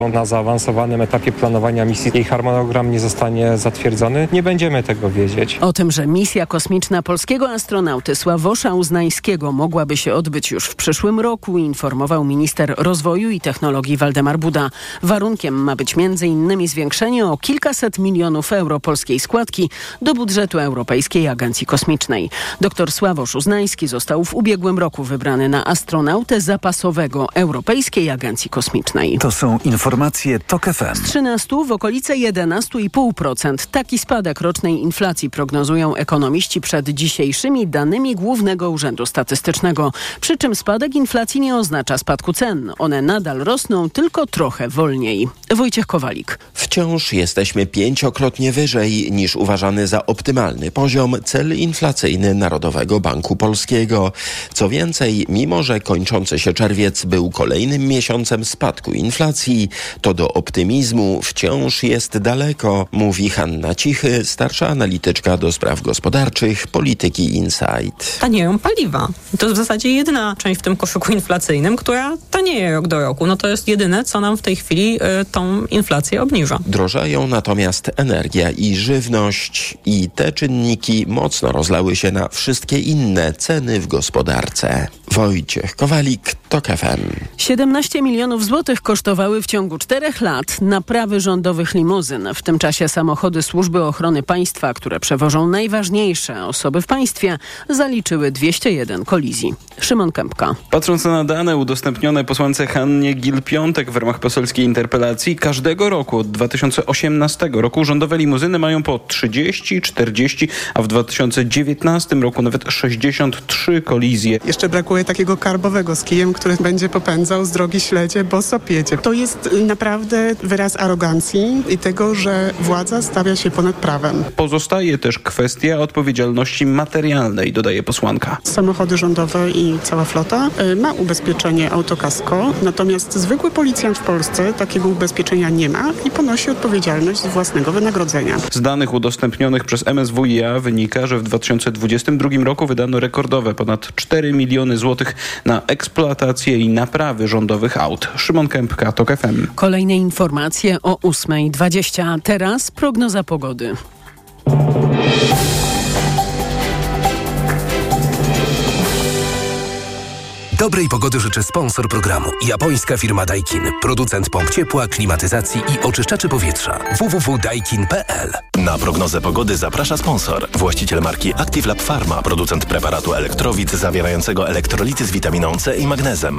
Na zaawansowanym etapie planowania misji jej harmonogram nie zostanie zatwierdzony, nie będziemy tego wiedzieć. O tym, że misja kosmiczna polskiego astronauty Sławosza Uznańskiego mogłaby się odbyć już w przyszłym roku, informował minister rozwoju i technologii Waldemar Buda. Warunkiem ma być m.in. zwiększenie o kilkaset milionów euro polskiej składki do budżetu Europejskiej Agencji Kosmicznej. Dr Sławosz Uznański został w ubiegłym roku wybrany na astronautę zapasowego Europejskiej Agencji Kosmicznej. To są informacje TOK FM. Z 13 w okolice 11,5%. Taki spadek rocznej inflacji prognozują ekonomiści przed dzisiejszymi danymi Głównego Urzędu Statystycznego. Przy czym spadek inflacji nie oznacza spadku cen. One nadal rosną, tylko trochę wolniej. Wojciech Kowalik. Wciąż jesteśmy 5-krotnie wyżej niż uważany za optymalny poziom cel inflacyjny Narodowego Banku Polskiego. Co więcej, mimo że kończący się czerwiec był kolejnym miesiącem spadku inflacji, to do optymizmu wciąż jest daleko, mówi Hanna Cichy, starsza analityczka do spraw gospodarczych Polityki Insight. Tanieją paliwa. To jest w zasadzie jedyna część w tym koszyku inflacyjnym, która tanieje rok do roku. No to jest jedyne, co nam w tej chwili tą inflację obniża. Drożeją natomiast energia i żywność i te czynniki mocno rozlały się na wszystkie inne ceny w gospodarce. Wojciech Kowalik, TOK FM. 17 milionów złotych kosztowały w ciągu 4 lat naprawy rządowych limuzyn. W tym czasie samochody Służby Ochrony Państwa, które przewożą najważniejsze osoby w państwie, zaliczyły 201 kolizji. Szymon Kępka. Patrząc na dane udostępnione posłance Hannie Gill-Piątek w ramach poselskiej interpelacji, każdego roku od 2018 roku rządowe limuzyny mają po 30, 40, a w 2019 roku nawet 63 kolizje. Jeszcze brakuje takiego karbowego z kijem, który będzie popędzał z drogi śledzie bosopiecie. To jest naprawdę wyraz arogancji i tego, że władza stawia się ponad prawem. Pozostaje też kwestia odpowiedzialności materialnej, dodaje posłanka. Samochody rządowe i cała flota ma ubezpieczenie autokasko, natomiast zwykły policjant w Polsce takiego ubezpieczenia nie ma i ponosi odpowiedzialność z własnego wynagrodzenia. Z danych udostępnionych przez MSWiA wynika, że w 2022 roku wydano rekordowe ponad 4 miliony złotych na eksploatację i naprawy rządowych aut. Szymon Kępka, TOK FM. Kolejne informacje o 8:20. Teraz prognoza pogody. Dobrej pogody życzy sponsor programu. Japońska firma Daikin. Producent pomp ciepła, klimatyzacji i oczyszczaczy powietrza. www.daikin.pl. Na prognozę pogody zaprasza sponsor. Właściciel marki Active Lab Pharma. Producent preparatu Elektrowid zawierającego elektrolity z witaminą C i magnezem.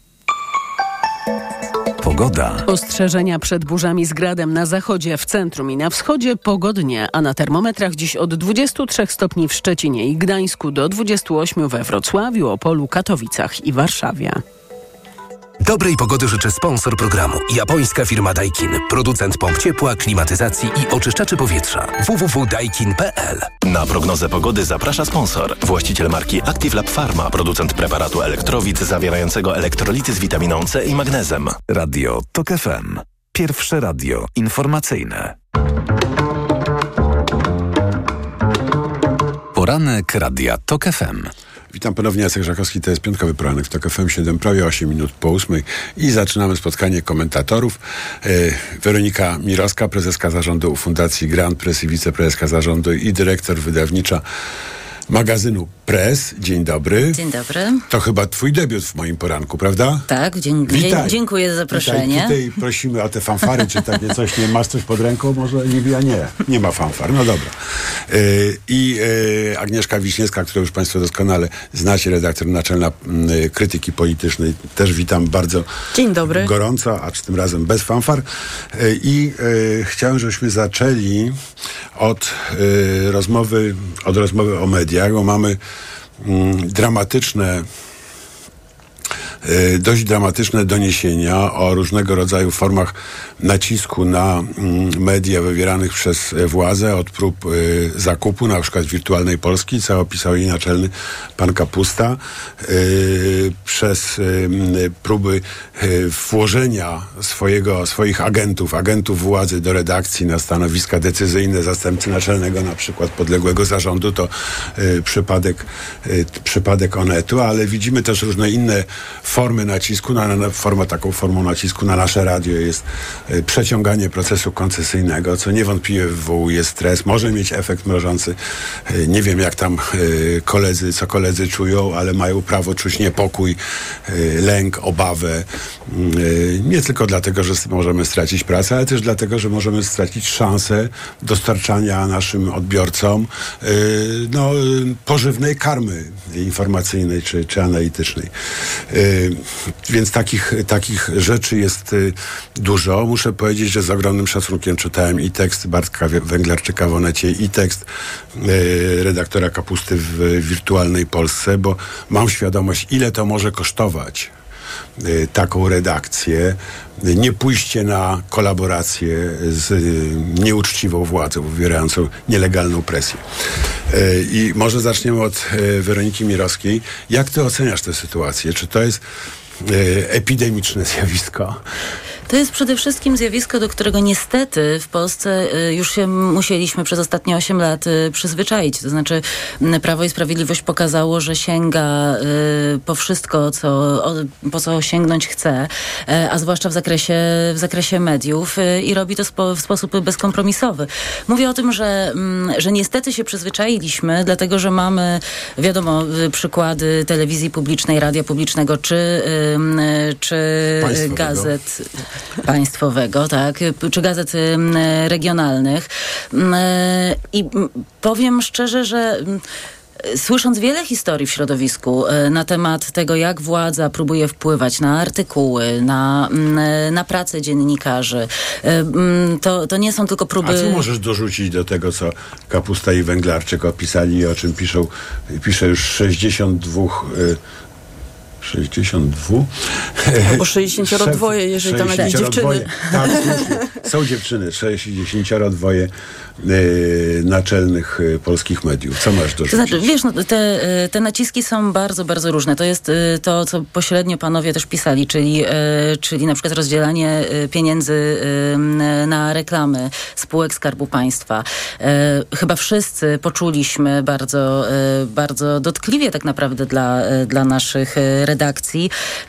Pogoda. Ostrzeżenia przed burzami z gradem na zachodzie, w centrum i na wschodzie pogodnie, a na termometrach dziś od 23 stopni w Szczecinie i Gdańsku do 28 we Wrocławiu, Opolu, Katowicach i Warszawie. Dobrej pogody życzy sponsor programu. Japońska firma Daikin. Producent pomp ciepła, klimatyzacji i oczyszczaczy powietrza. www.daikin.pl. Na prognozę pogody zaprasza sponsor. Właściciel marki Active Lab Pharma. Producent preparatu Elektrowid zawierającego elektrolity z witaminą C i magnezem. Radio TOK FM. Pierwsze radio informacyjne. Poranek Radia TOK FM. Witam ponownie, Jacek Żakowski, to jest piątkowy poranek w TOK FM, 7, prawie 8 minut po 8 i zaczynamy spotkanie komentatorów. Weronika Mirowska, prezeska zarządu Fundacji Grand Press i wiceprezeska zarządu i dyrektor wydawnicza magazynu Press. Dzień dobry. Dzień dobry. To chyba twój debiut w moim poranku, prawda? Tak, dziękuję za zaproszenie. Witaj. Tutaj prosimy o te fanfary, czy takie coś, nie masz coś pod ręką? Może Liwia? Nie ma fanfar, no dobra. Agnieszka Wiśniewska, którą już państwo doskonale znacie, redaktor naczelna Krytyki Politycznej. Też witam bardzo Dzień dobry. Gorąco, acz tym razem bez fanfar. Chciałem, żebyśmy zaczęli od rozmowy o mediach, bo mamy dość dramatyczne doniesienia o różnego rodzaju formach nacisku na media wywieranych przez władzę, od prób zakupu, na przykład Wirtualnej Polski, co opisał jej naczelny pan Kapusta, przez próby włożenia swoich agentów władzy do redakcji na stanowiska decyzyjne, zastępcy naczelnego na przykład podległego zarządu, to przypadek Onetu, ale widzimy też różne inne formy nacisku, formą nacisku na nasze radio jest przeciąganie procesu koncesyjnego, co niewątpliwie wywołuje stres, może mieć efekt mrożący. Nie wiem, jak tam koledzy czują, ale mają prawo czuć niepokój, lęk, obawę. Nie tylko dlatego, że możemy stracić pracę, ale też dlatego, że możemy stracić szansę dostarczania naszym odbiorcom pożywnej karmy informacyjnej czy analitycznej. Więc takich rzeczy jest dużo. Muszę powiedzieć, że z ogromnym szacunkiem czytałem i tekst Bartka Węglarczyka w Onecie, i tekst redaktora Kapusty w Wirtualnej Polsce, bo mam świadomość, ile to może kosztować taką redakcję, nie pójście na kolaborację z nieuczciwą władzą, wywierającą nielegalną presję. I może zaczniemy od Weroniki Mirowskiej. Jak ty oceniasz tę sytuację? Czy to jest epidemiczne zjawisko? To jest przede wszystkim zjawisko, do którego niestety w Polsce już się musieliśmy przez ostatnie 8 lat przyzwyczaić. To znaczy Prawo i Sprawiedliwość pokazało, że sięga po wszystko, po co sięgnąć chce, a zwłaszcza w zakresie mediów i robi to w sposób bezkompromisowy. Mówię o tym, że niestety się przyzwyczailiśmy, dlatego że mamy, wiadomo, przykłady telewizji publicznej, radia publicznego, czy gazet państwowego, tak, czy gazet regionalnych. I powiem szczerze, że słysząc wiele historii w środowisku na temat tego, jak władza próbuje wpływać na artykuły, na pracę dziennikarzy, to nie są tylko próby... A co możesz dorzucić do tego, co Kapusta i Węglarczyk opisali i o czym pisze już 62... Albo 62, jeżeli tam jakieś dziewczyny. Tak, słusznie. Są dziewczyny, 62 naczelnych polskich mediów. Co masz dorzucić? To znaczy, wiesz, te naciski są bardzo, bardzo różne. To jest to, co pośrednio panowie też pisali, czyli na przykład rozdzielanie pieniędzy na reklamy spółek Skarbu Państwa. Chyba wszyscy poczuliśmy bardzo, bardzo dotkliwie tak naprawdę dla naszych redakcji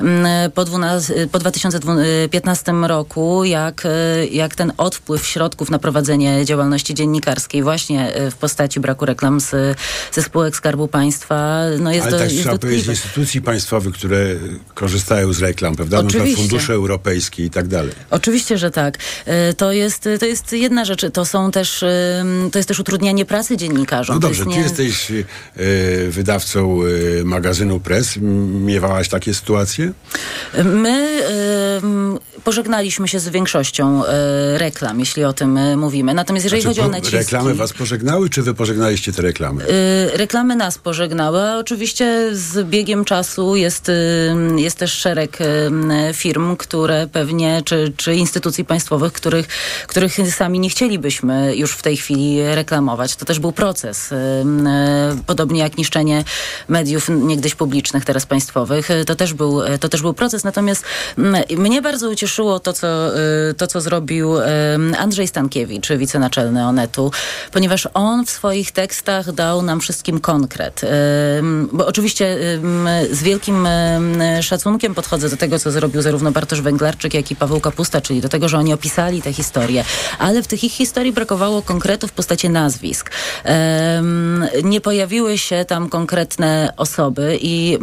po 2015 roku, jak ten odpływ środków na prowadzenie działalności dziennikarskiej właśnie w postaci braku reklam ze spółek Skarbu Państwa jest ale trzeba powiedzieć instytucji państwowych, które korzystają z reklam, prawda? Oczywiście. Na przykład fundusze europejskie i tak dalej. Oczywiście, że tak. To jest jedna rzecz. To jest też utrudnianie pracy dziennikarzom. No dobrze, ty jesteś wydawcą magazynu Press. Miewałaś takie sytuacje? My pożegnaliśmy się z większością reklam, jeśli o tym mówimy. Natomiast jeżeli chodzi o naciski... Reklamy was pożegnały, czy wy pożegnaliście te reklamy? Reklamy nas pożegnały, a oczywiście z biegiem czasu jest też szereg firm, które pewnie, czy instytucji państwowych, których sami nie chcielibyśmy już w tej chwili reklamować. To też był proces. Podobnie jak niszczenie mediów niegdyś publicznych, teraz państwowych. To też był proces. Natomiast mnie bardzo ucieszyło to, co zrobił Andrzej Stankiewicz, wicenaczelny Onetu, ponieważ on w swoich tekstach dał nam wszystkim konkret. Bo oczywiście z wielkim szacunkiem podchodzę do tego, co zrobił zarówno Bartosz Węglarczyk, jak i Paweł Kapusta, czyli do tego, że oni opisali te historie. Ale w tych ich historii brakowało konkretów w postaci nazwisk. Nie pojawiły się tam konkretne osoby i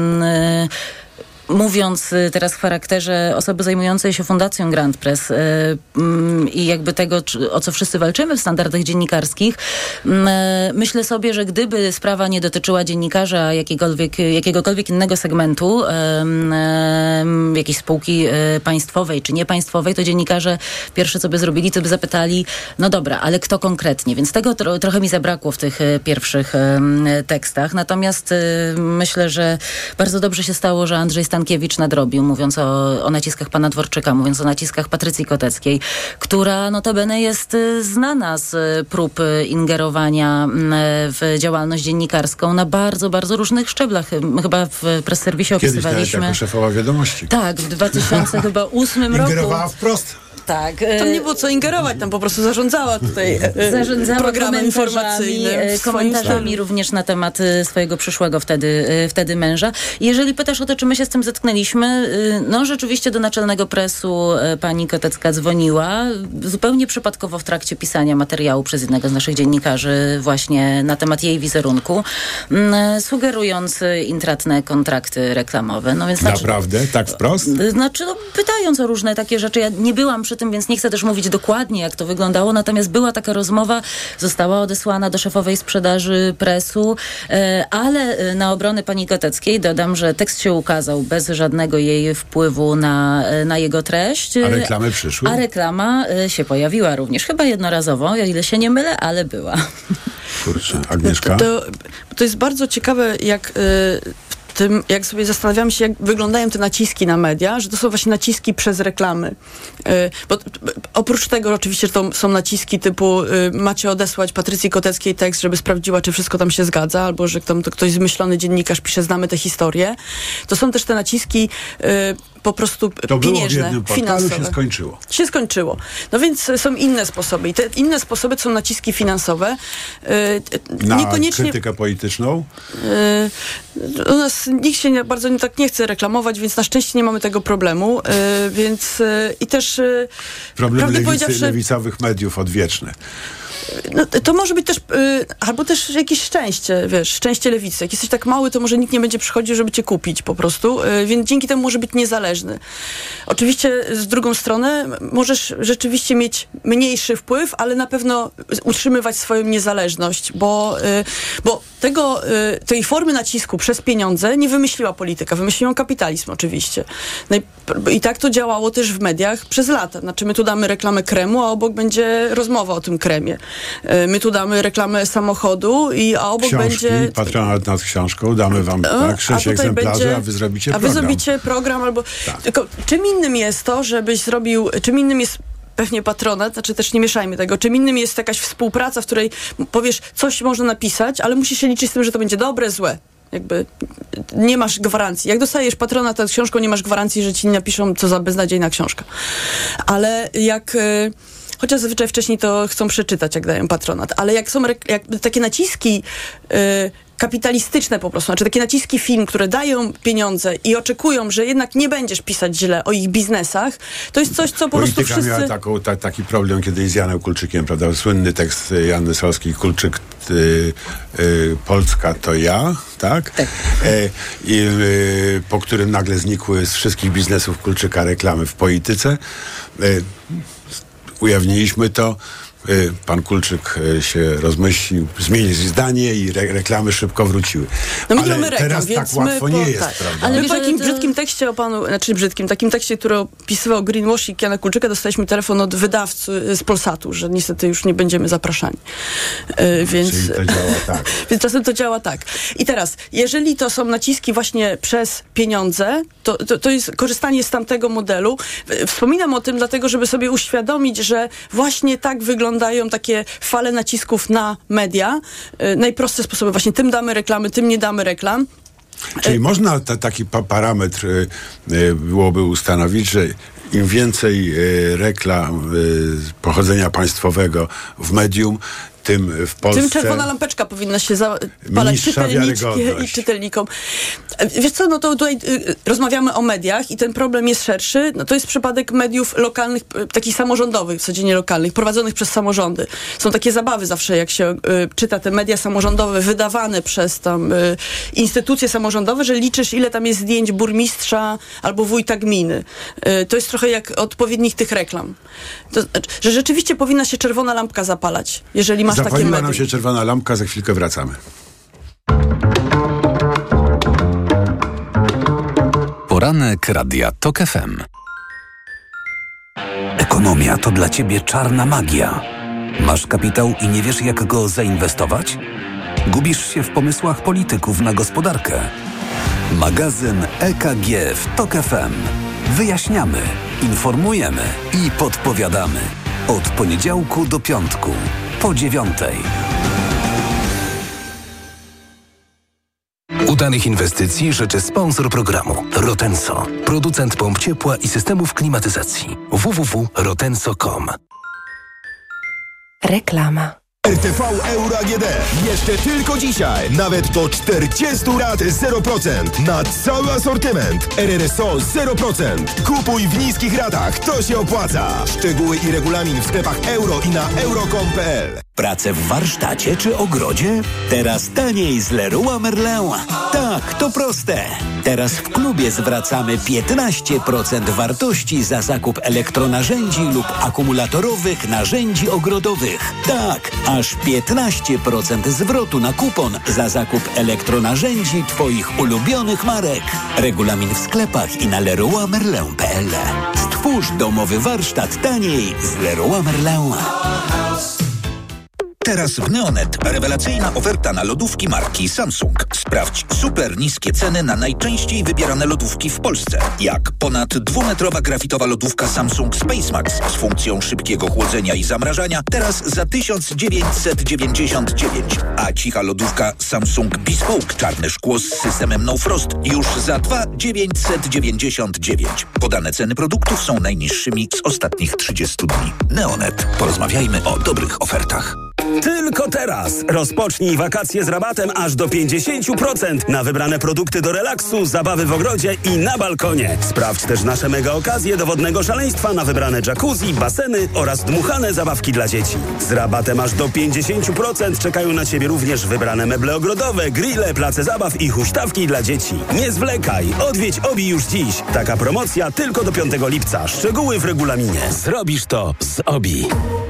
mówiąc teraz w charakterze osoby zajmującej się Fundacją Grand Press i jakby tego, o co wszyscy walczymy w standardach dziennikarskich, myślę sobie, że gdyby sprawa nie dotyczyła dziennikarza jakiegokolwiek innego segmentu, jakiejś spółki państwowej czy niepaństwowej, to dziennikarze pierwsze, co by zrobili, to by zapytali, no dobra, ale kto konkretnie? Więc tego trochę mi zabrakło w tych pierwszych tekstach. Natomiast myślę, że bardzo dobrze się stało, że Andrzej Stankiewicz nadrobił, mówiąc o naciskach pana Dworczyka, mówiąc o naciskach Patrycji Koteckiej, która notabene jest znana z prób ingerowania w działalność dziennikarską na bardzo, bardzo różnych szczeblach. My chyba w press-serwisie opisywaliśmy... Kiedyś jako szefowa Wiadomości. Tak, w 2008 roku. Ingerowała wprost. Tak. Tam nie było co ingerować, tam po prostu zarządzała tutaj programem informacyjnym. Komentarzami również na temat swojego przyszłego wtedy męża. Jeżeli pytasz o to, czy my się z tym zetknęliśmy, no rzeczywiście do Naczelnego Presu pani Kotecka dzwoniła zupełnie przypadkowo w trakcie pisania materiału przez jednego z naszych dziennikarzy właśnie na temat jej wizerunku, sugerując intratne kontrakty reklamowe. No więc naprawdę? Tak wprost? Znaczy, pytając o różne takie rzeczy. Ja nie byłam przy tym, więc nie chcę też mówić dokładnie, jak to wyglądało, natomiast była taka rozmowa, została odesłana do szefowej sprzedaży Presu, ale na obronę pani Koteckiej dodam, że tekst się ukazał bez żadnego jej wpływu na jego treść. A reklamy przyszły? A reklama się pojawiła również. Chyba jednorazowo, o ile się nie mylę, ale była. Kurczę, Agnieszka? To jest bardzo ciekawe, jak sobie zastanawiamy się, jak wyglądają te naciski na media, że to są właśnie naciski przez reklamy. Bo oprócz tego oczywiście, że to są naciski typu macie odesłać Patrycji Koteckiej tekst, żeby sprawdziła, czy wszystko tam się zgadza, albo że tam to ktoś zmyślony dziennikarz pisze, znamy tę historię. To są też te naciski po prostu to pieniężne, było w jednym finansowe. Się skończyło. No więc są inne sposoby. I te inne sposoby to są naciski finansowe. Na niekoniecznie krytykę polityczną? U nas nikt się bardzo nie chce reklamować, więc na szczęście nie mamy tego problemu. Więc i też problem lewicowych mediów odwieczny. No, to może być też, albo też jakieś szczęście, szczęście lewicy. Jak jesteś tak mały, to może nikt nie będzie przychodził, żeby cię kupić po prostu, więc dzięki temu może być niezależny. Oczywiście z drugą stronę możesz rzeczywiście mieć mniejszy wpływ, ale na pewno utrzymywać swoją niezależność, bo tej formy nacisku przez pieniądze nie wymyśliła polityka, wymyślił kapitalizm oczywiście. I tak to działało też w mediach przez lata. Znaczy my tu damy reklamę kremu, a obok będzie rozmowa o tym kremie. My tu damy reklamę samochodu, a obok będzie... patronat nad książką, damy wam 6 egzemplarzy, a wy zrobicie program. A wy zrobicie program albo... Tak. Tylko czym innym jest to, czym innym jest pewnie patronat, znaczy też nie mieszajmy tego, czym innym jest jakaś współpraca, w której powiesz, coś można napisać, ale musisz się liczyć z tym, że to będzie dobre, złe. Jakby nie masz gwarancji. Jak dostajesz patronat nad książką, nie masz gwarancji, że ci napiszą, co za beznadziejna książka. Ale chociaż zazwyczaj wcześniej to chcą przeczytać, jak dają patronat. Ale jak są takie naciski kapitalistyczne po prostu, znaczy takie naciski firm, które dają pieniądze i oczekują, że jednak nie będziesz pisać źle o ich biznesach, to jest coś, co po prostu wszyscy... Polityka miała taki problem kiedyś z Janem Kulczykiem, prawda? Słynny tekst Janny Solskiej, Kulczyk, Polska to ja, tak? Tak. Po którym nagle znikły z wszystkich biznesów Kulczyka reklamy w polityce. Ujawniliśmy to. Pan Kulczyk się rozmyślił, zmienił zdanie i reklamy szybko wróciły. No my mamy reklam, teraz więc tak łatwo nie jest, prawda? Ale my po takim brzydkim tekście takim tekście, który opisywał greenwashing Jana Kulczyka, dostaliśmy telefon od wydawcy z Polsatu, że niestety już nie będziemy zapraszani. Więc to działa tak. Więc czasem to działa tak. I teraz, jeżeli to są naciski właśnie przez pieniądze, to jest korzystanie z tamtego modelu. Wspominam o tym dlatego, żeby sobie uświadomić, że właśnie tak wyglądają takie fale nacisków na media. Najprostsze sposoby, właśnie tym damy reklamy, tym nie damy reklam. Czyli można taki parametr byłoby ustanowić, że im więcej reklam pochodzenia państwowego w medium, tym w Polsce... Tym czerwona lampeczka powinna się zapalać czytelnikom. Wiesz co, no to tutaj rozmawiamy o mediach i ten problem jest szerszy. No to jest przypadek mediów lokalnych, takich samorządowych, w zasadzie nie lokalnych, prowadzonych przez samorządy. Są takie zabawy zawsze, jak się czyta te media samorządowe wydawane przez tam instytucje samorządowe, że liczysz, ile tam jest zdjęć burmistrza albo wójta gminy. To jest trochę jak odpowiednich tych reklam. To, że rzeczywiście powinna się czerwona lampka zapalać, jeżeli masz takie medium. Zapaliła nam się czerwona lampka, za chwilkę wracamy. Poranek Radia TOK FM. Ekonomia to dla ciebie czarna magia. Masz kapitał i nie wiesz, jak go zainwestować? Gubisz się w pomysłach polityków na gospodarkę? Magazyn EKG w TOK FM. Wyjaśniamy, informujemy i podpowiadamy. Od poniedziałku do piątku, po 9:00. Udanych inwestycji życzy sponsor programu Rotenso, producent pomp ciepła i systemów klimatyzacji. www.rotenso.com. Reklama. RTV Euro AGD. Jeszcze tylko dzisiaj. Nawet do 40 rat 0%. Na cały asortyment. RRSO 0%. Kupuj w niskich ratach. To się opłaca. Szczegóły i regulamin w sklepach euro i na euro.com.pl. Pracę w warsztacie czy ogrodzie? Teraz taniej z Leroy Merlin. Tak, to proste. Teraz w klubie zwracamy 15% wartości za zakup elektronarzędzi lub akumulatorowych narzędzi ogrodowych. Tak, aż 15% zwrotu na kupon za zakup elektronarzędzi Twoich ulubionych marek. Regulamin w sklepach i na leroymerlin.pl. Stwórz domowy warsztat taniej z Leroy Merlin. Teraz w Neonet rewelacyjna oferta na lodówki marki Samsung. Sprawdź super niskie ceny na najczęściej wybierane lodówki w Polsce. Jak ponad 2-metrowa grafitowa lodówka Samsung SpaceMax z funkcją szybkiego chłodzenia i zamrażania teraz za 1999. A cicha lodówka Samsung Bespoke czarne szkło z systemem No Frost już za 2999. Podane ceny produktów są najniższymi z ostatnich 30 dni. Neonet. Porozmawiajmy o dobrych ofertach. Tylko teraz rozpocznij wakacje z rabatem aż do 50% na wybrane produkty do relaksu, zabawy w ogrodzie i na balkonie. Sprawdź też nasze mega okazje do wodnego szaleństwa na wybrane jacuzzi, baseny oraz dmuchane zabawki dla dzieci. Z rabatem aż do 50% czekają na Ciebie również wybrane meble ogrodowe, grille, place zabaw i huśtawki dla dzieci. Nie zwlekaj, odwiedź Obi już dziś. Taka promocja tylko do 5 lipca. Szczegóły w regulaminie. Zrobisz to z Obi.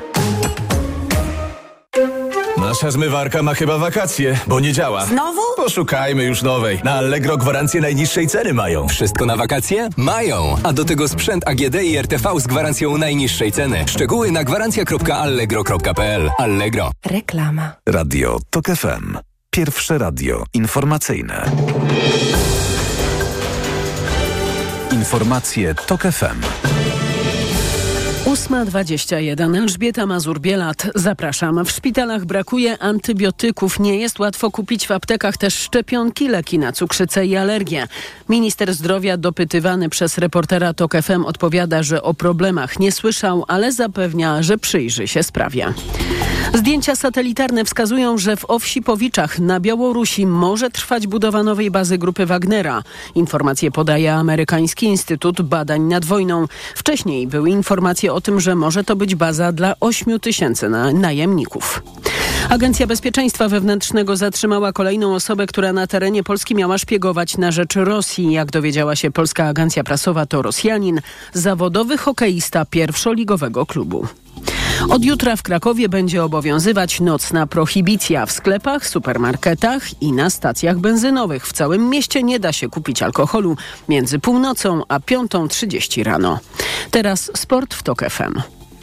Nasza zmywarka ma chyba wakacje, bo nie działa. Znowu? Poszukajmy już nowej. Na Allegro gwarancję najniższej ceny mają. Wszystko na wakacje? Mają! A do tego sprzęt AGD i RTV z gwarancją najniższej ceny. Szczegóły na gwarancja.allegro.pl. Allegro. Reklama. Radio TOK FM. Pierwsze radio informacyjne. Informacje TOK FM. 8:21. Elżbieta Mazur-Bielat. Zapraszam. W szpitalach brakuje antybiotyków. Nie jest łatwo kupić w aptekach też szczepionki, leki na cukrzycę i alergię. Minister zdrowia dopytywany przez reportera TOK FM odpowiada, że o problemach nie słyszał, ale zapewnia, że przyjrzy się sprawie. Zdjęcia satelitarne wskazują, że w Owsipowiczach na Białorusi może trwać budowa nowej bazy grupy Wagnera. Informacje podaje amerykański Instytut Badań nad Wojną. Wcześniej były informacje o tym, że może to być baza dla 8 000 najemników. Agencja Bezpieczeństwa Wewnętrznego zatrzymała kolejną osobę, która na terenie Polski miała szpiegować na rzecz Rosji. Jak dowiedziała się polska agencja prasowa, to Rosjanin, zawodowy hokeista pierwszoligowego klubu. Od jutra w Krakowie będzie obowiązywać nocna prohibicja. W sklepach, supermarketach i na stacjach benzynowych. W całym mieście nie da się kupić alkoholu między północą a 5:30 rano. Teraz sport w TOK FM.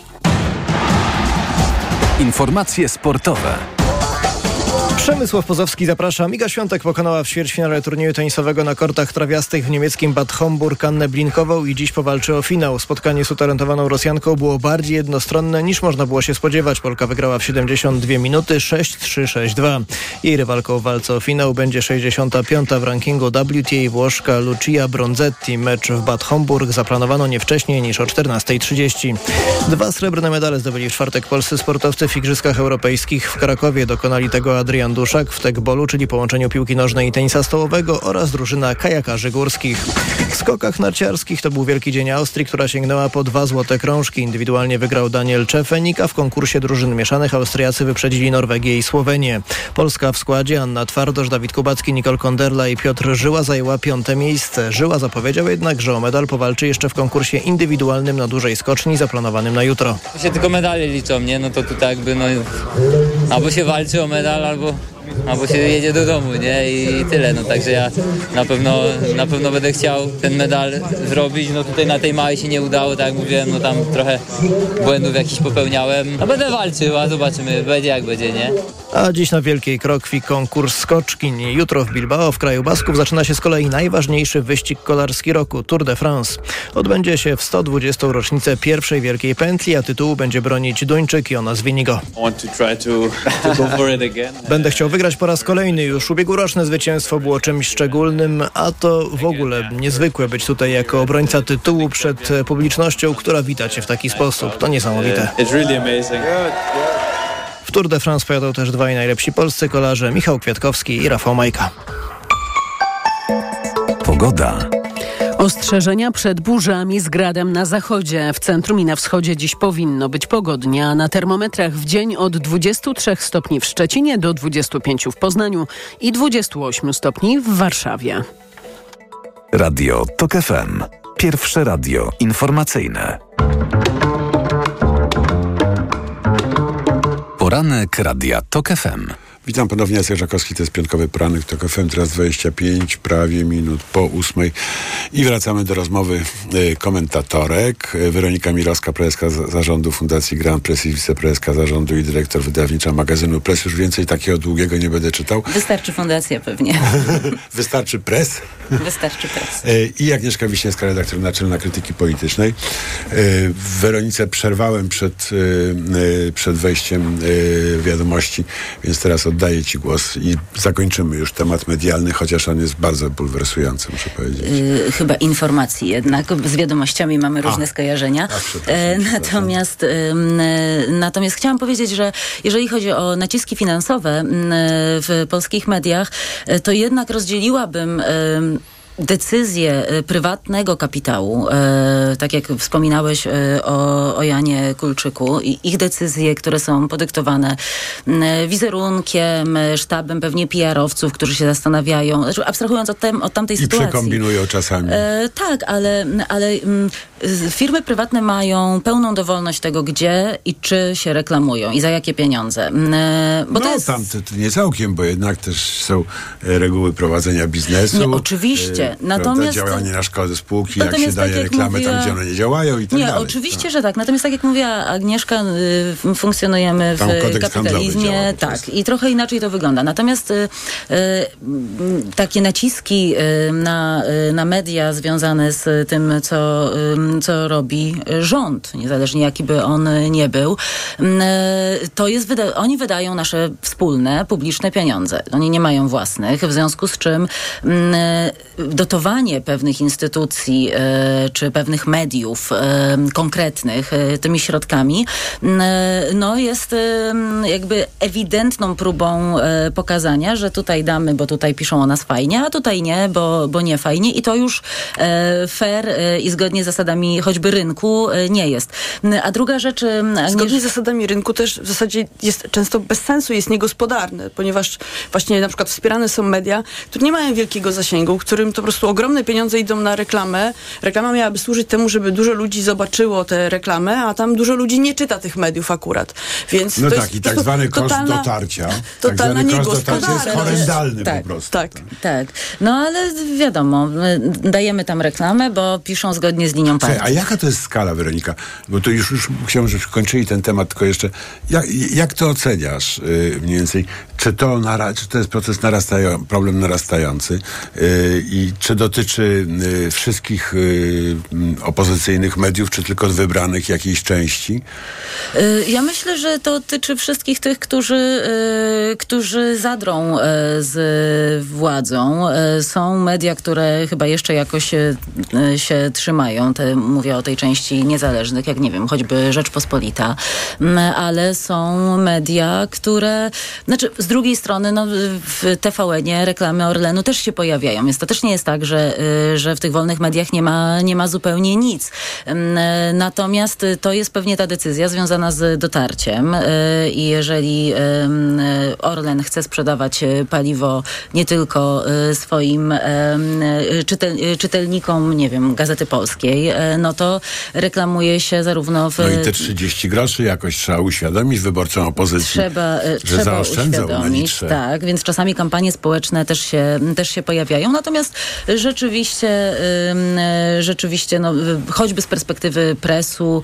Informacje sportowe. Przemysław Pozowski, zapraszam. Iga Świątek pokonała w ćwierćfinale turnieju tenisowego na kortach trawiastych w niemieckim Bad Homburg Annę Blinkową i dziś powalczy o finał. Spotkanie z utalentowaną Rosjanką było bardziej jednostronne niż można było się spodziewać. Polka wygrała w 72 minuty 6-3, 6-2. Jej rywalką w walce o finał będzie 65. w rankingu WTA Włoszka Lucia Bronzetti. Mecz w Bad Homburg zaplanowano nie wcześniej niż o 14:30. 2 srebrne medale zdobyli w czwartek polscy sportowcy w Igrzyskach Europejskich w Krakowie. Dokonali tego Adrian Duszak w tekbolu, czyli połączeniu piłki nożnej i tenisa stołowego, oraz drużyna kajakarzy górskich. W skokach narciarskich to był wielki dzień Austrii, która sięgnęła po 2 złote krążki. Indywidualnie wygrał Daniel Czefenik, a w konkursie drużyn mieszanych Austriacy wyprzedzili Norwegię i Słowenię. Polska w składzie: Anna Twardosz, Dawid Kubacki, Nicole Konderla i Piotr Żyła zajęła 5. miejsce. Żyła zapowiedział jednak, że o medal powalczy jeszcze w konkursie indywidualnym na dużej skoczni zaplanowanym na jutro. Się tylko medale liczą, nie? No to tutaj jakby albo się walczy o medal, albo się jedzie do domu, nie? I tyle, no także ja na pewno będę chciał ten medal zrobić. No tutaj na tej małej się nie udało, tak jak mówiłem, no tam trochę błędów jakichś popełniałem. No będę walczył, a zobaczymy, będzie jak będzie, nie? A dziś na Wielkiej Krokwi konkurs skoczkiń. Jutro w Bilbao w kraju Basków zaczyna się z kolei najważniejszy wyścig kolarski roku, Tour de France. Odbędzie się w 120. rocznicę pierwszej wielkiej pętli, a tytułu będzie bronić Duńczyk Jonas Winigo. Będę chciał wygrać po raz kolejny już. Ubiegłoroczne zwycięstwo było czymś szczególnym, a to w ogóle niezwykłe być tutaj jako obrońca tytułu przed publicznością, która wita cię w taki sposób. To niesamowite. W Tour de France pojadą też dwaj najlepsi polscy kolarze, Michał Kwiatkowski i Rafał Majka. Pogoda. Ostrzeżenia przed burzami z gradem na zachodzie. W centrum i na wschodzie dziś powinno być pogodnie, a na termometrach w dzień od 23 stopni w Szczecinie do 25 w Poznaniu i 28 stopni w Warszawie. Radio TOK FM. Pierwsze radio informacyjne. Poranek Radia TOK FM. Witam ponownie, Jacek Żakowski, to jest piątkowy poranek TOK FM, teraz 25 prawie minut po 8 i wracamy do rozmowy komentatorek. Weronika Mirowska, prezeska zarządu Fundacji Grand Press i wiceprezeska zarządu i dyrektor wydawnicza magazynu Press. Już więcej takiego długiego nie będę czytał. Wystarczy fundacja pewnie. Wystarczy Press. Wystarczy Press. I Agnieszka Wiśniewska, redaktor naczelna Krytyki Politycznej. Weronice przerwałem przed wejściem wiadomości, więc teraz oddaję Ci głos i zakończymy już temat medialny, chociaż on jest bardzo bulwersujący, muszę powiedzieć. Chyba informacji jednak. Z wiadomościami mamy różne skojarzenia. Natomiast chciałam powiedzieć, że jeżeli chodzi o naciski finansowe w polskich mediach, to jednak rozdzieliłabym decyzje prywatnego kapitału, tak jak wspominałeś o Janie Kulczyku, i ich decyzje, które są podyktowane wizerunkiem, sztabem pewnie PR-owców, którzy się zastanawiają, abstrahując od tamtej sytuacji. I przekombinują czasami. Tak, ale firmy prywatne mają pełną dowolność tego, gdzie i czy się reklamują i za jakie pieniądze. Bo to jest... tam to nie całkiem, bo jednak też są reguły prowadzenia biznesu. Nie, oczywiście. Natomiast działanie na szkodę spółki, jak się daje reklamę tam, gdzie one nie działają i tak dalej. Nie, oczywiście, że tak. Natomiast tak jak mówiła Agnieszka, funkcjonujemy w kapitalizmie. Tak. I trochę inaczej to wygląda. Natomiast takie naciski na media związane z tym, co robi rząd, niezależnie jaki by on nie był, to jest, oni wydają nasze wspólne, publiczne pieniądze. Oni nie mają własnych, w związku z czym dotowanie pewnych instytucji czy pewnych mediów konkretnych tymi środkami jest jakby ewidentną próbą pokazania, że tutaj damy, bo tutaj piszą o nas fajnie, a tutaj nie, bo nie fajnie, i to już fair i zgodnie z zasadami choćby rynku nie jest. A druga rzecz... Zgodnie z zasadami rynku też w zasadzie jest często bez sensu, jest niegospodarne, ponieważ właśnie na przykład wspierane są media, które nie mają wielkiego zasięgu, którym to po prostu ogromne pieniądze idą na reklamę. Reklama miałaby służyć temu, żeby dużo ludzi zobaczyło tę reklamę, a tam dużo ludzi nie czyta tych mediów akurat. Więc no to tak, jest i tak zwany koszt dotarcia. Totalna niegospodarna. Jest horrendalny tak, po prostu. Tak. No ale wiadomo, dajemy tam reklamę, bo piszą zgodnie z linią partii. A jaka to jest skala, Weronika? Bo to już chciałem, żebyśmy kończyli ten temat, tylko jeszcze jak to oceniasz mniej więcej? Czy to jest proces problem narastający i czy dotyczy wszystkich opozycyjnych mediów, czy tylko wybranych jakiejś części? Ja myślę, że to dotyczy wszystkich tych, którzy zadrą z władzą. Są media, które chyba jeszcze jakoś się trzymają. Mówię o tej części niezależnych, jak nie wiem, choćby Rzeczpospolita. Ale są media, które... z drugiej strony w TVN-ie reklamy Orlenu też się pojawiają. Więc to też nie jest tak, że w tych wolnych mediach nie ma zupełnie nic. Natomiast to jest pewnie ta decyzja związana z dotarciem i jeżeli Orlen chce sprzedawać paliwo nie tylko swoim czytelnikom, nie wiem, Gazety Polskiej, no to reklamuje się zarówno w... No i te 30 groszy jakoś trzeba uświadomić wyborcom opozycji, że zaoszczędzą na litrze. Tak, więc czasami kampanie społeczne też się pojawiają. Natomiast rzeczywiście choćby z perspektywy Pressu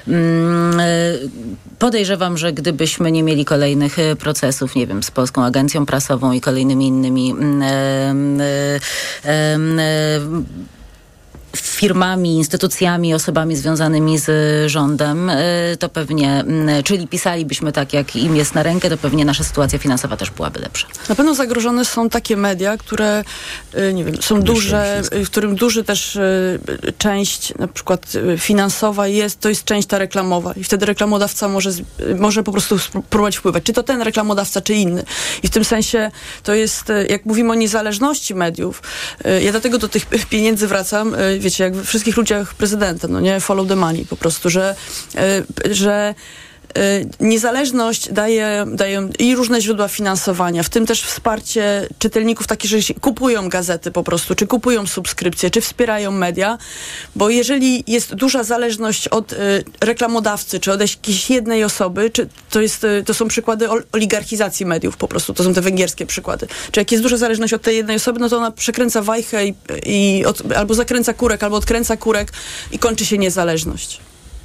podejrzewam, że gdybyśmy nie mieli kolejnych procesów, nie wiem, z Polską Agencją Prasową i kolejnymi innymi firmami, instytucjami, osobami związanymi z rządem, to pewnie, czyli pisalibyśmy tak, jak im jest na rękę, to pewnie nasza sytuacja finansowa też byłaby lepsza. Na pewno zagrożone są takie media, które nie wiem, są duże, w którym duży też część na przykład finansowa to jest część ta reklamowa i wtedy reklamodawca może po prostu próbować wpływać. Czy to ten reklamodawca, czy inny. I w tym sensie to jest, jak mówimy o niezależności mediów, ja dlatego do tych pieniędzy wracam, wiecie, jak we wszystkich ludziach prezydenta, no nie, follow the money po prostu, że niezależność dają i różne źródła finansowania, w tym też wsparcie czytelników takie, że kupują gazety po prostu, czy kupują subskrypcje, czy wspierają media, bo jeżeli jest duża zależność od reklamodawcy, czy od jakiejś jednej osoby, czy to są przykłady oligarchizacji mediów po prostu, to są te węgierskie przykłady. Czy jak jest duża zależność od tej jednej osoby, no to ona przekręca wajchę albo zakręca kurek, albo odkręca kurek i kończy się niezależność.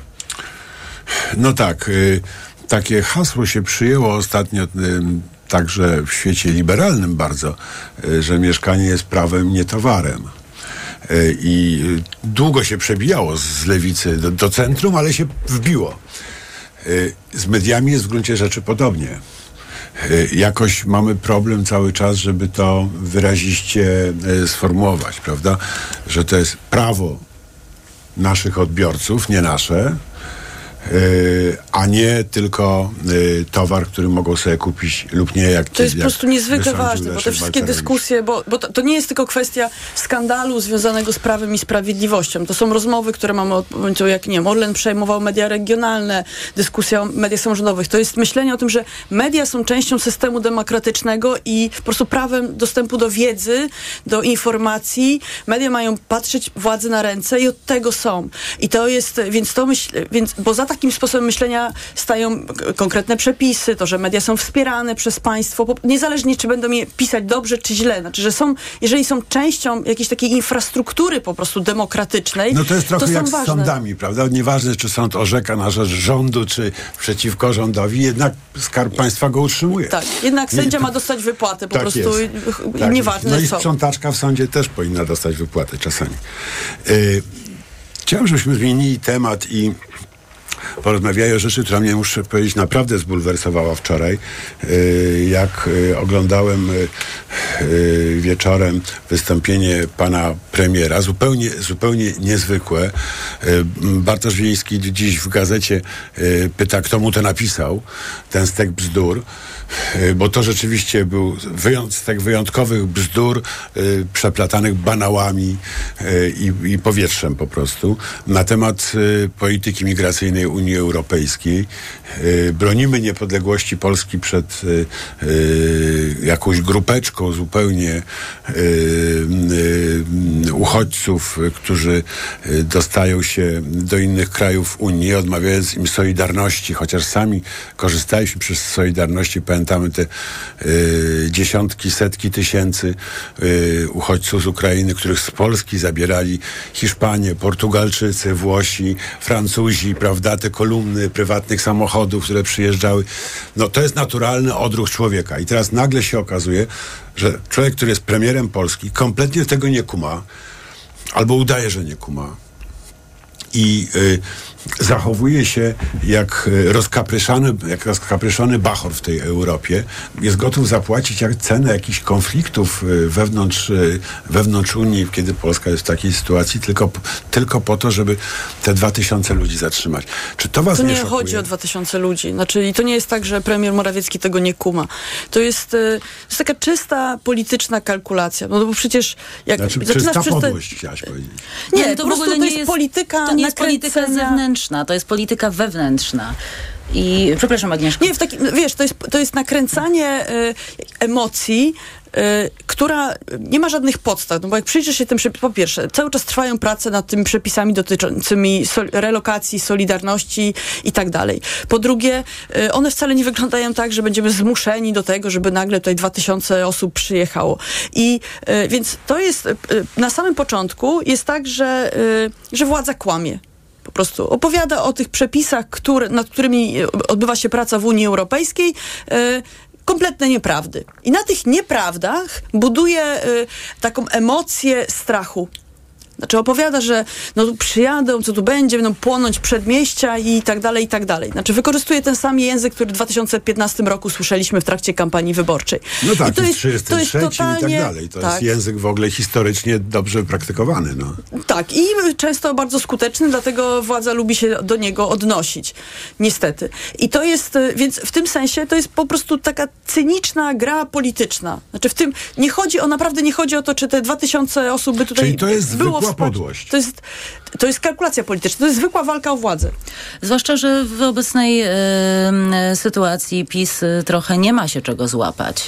No tak, takie hasło się przyjęło ostatnio także w świecie liberalnym bardzo, że mieszkanie jest prawem, nie towarem. I długo się przebijało z lewicy do centrum, ale się wbiło. Z mediami jest w gruncie rzeczy podobnie. Jakoś mamy problem cały czas, żeby to wyraziście sformułować, prawda? Że to jest prawo naszych odbiorców, nie nasze, a nie tylko towar, który mogą sobie kupić lub nie. To jest po prostu niezwykle ważne, bo te wszystkie dyskusje, bo to nie jest tylko kwestia skandalu związanego z prawem i sprawiedliwością. To są rozmowy, które mamy od momentu, jak nie wiem, Orlen przejmował media regionalne, dyskusja o mediach samorządowych. To jest myślenie o tym, że media są częścią systemu demokratycznego i po prostu prawem dostępu do wiedzy, do informacji. Media mają patrzeć władzy na ręce i od tego są. I to jest, bo za takim sposobem myślenia stają konkretne przepisy, to, że media są wspierane przez państwo, niezależnie czy będą je pisać dobrze czy źle. Znaczy, że jeżeli są częścią jakiejś takiej infrastruktury po prostu demokratycznej, no to jest trochę to jak są ważne. Z sądami, prawda? Nieważne, czy sąd orzeka na rzecz rządu, czy przeciwko rządowi, jednak Skarb Państwa go utrzymuje. Tak, jednak sędzia ma dostać wypłatę po prostu tak nieważne no i co. sprzątaczka w sądzie też powinna dostać wypłatę czasami. Chciałem, żebyśmy zmienili temat i porozmawiają o rzeczy, która mnie, muszę powiedzieć, naprawdę zbulwersowała wczoraj. Jak oglądałem wieczorem wystąpienie pana premiera, zupełnie niezwykłe. Bartosz Wiejski dziś w gazecie pyta, kto mu to napisał, ten stek bzdur. Bo to rzeczywiście był stek wyjątkowych bzdur przeplatanych banałami i powietrzem po prostu na temat polityki migracyjnej Unii Europejskiej. Bronimy niepodległości Polski przed jakąś grupeczką zupełnie uchodźców, którzy dostają się do innych krajów Unii, odmawiając im solidarności, chociaż sami korzystaliśmy przez Solidarności. Pamiętamy te dziesiątki, setki tysięcy uchodźców z Ukrainy, których z Polski zabierali Hiszpanie, Portugalczycy, Włosi, Francuzi, prawda, te kolumny prywatnych samochodów, które przyjeżdżały. No to jest naturalny odruch człowieka. I teraz nagle się okazuje, że człowiek, który jest premierem Polski, kompletnie tego nie kuma, albo udaje, że nie kuma. I zachowuje się jak rozkapryszony bachor w tej Europie. Jest gotów zapłacić cenę jakichś konfliktów wewnątrz Unii, kiedy Polska jest w takiej sytuacji, tylko po to, żeby te 2000 ludzi zatrzymać. Czy to was nie szokuje? Chodzi o 2000 ludzi. Znaczy, i to nie jest tak, że premier Morawiecki tego nie kuma. To jest taka czysta polityczna kalkulacja. No bo przecież jak czysta podłość, chciałaś powiedzieć. Nie, to po prostu to jest polityka. To nie jest polityka zewnętrzna, to jest polityka wewnętrzna. I przepraszam, Agnieszka. Nie, to jest nakręcanie emocji, która nie ma żadnych podstaw. No bo jak przyjrzysz się tym, po pierwsze, cały czas trwają prace nad tymi przepisami dotyczącymi relokacji, solidarności i tak dalej. Po drugie, one wcale nie wyglądają tak, że będziemy zmuszeni do tego, żeby nagle tutaj 2000 osób przyjechało. I więc to jest, na samym początku jest tak, że władza kłamie. Po prostu opowiada o tych przepisach, nad którymi odbywa się praca w Unii Europejskiej, kompletne nieprawdy. I na tych nieprawdach buduje taką emocję strachu. Znaczy opowiada, że przyjadą, co tu będzie, będą płonąć przedmieścia i tak dalej, i tak dalej. Znaczy wykorzystuje ten sam język, który w 2015 roku słyszeliśmy w trakcie kampanii wyborczej. No tak, i to jest 33 totalnie, i tak dalej. To jest język w ogóle historycznie dobrze praktykowany. No. Tak, i często bardzo skuteczny, dlatego władza lubi się do niego odnosić. Niestety. I to jest, więc w tym sensie to jest po prostu taka cyniczna gra polityczna. Znaczy naprawdę nie chodzi o to, czy te 2000 osób by tutaj Czyli to jest było zwykła podłość. To jest kalkulacja polityczna, to jest zwykła walka o władzę. Zwłaszcza, że w obecnej sytuacji PiS trochę nie ma się czego złapać,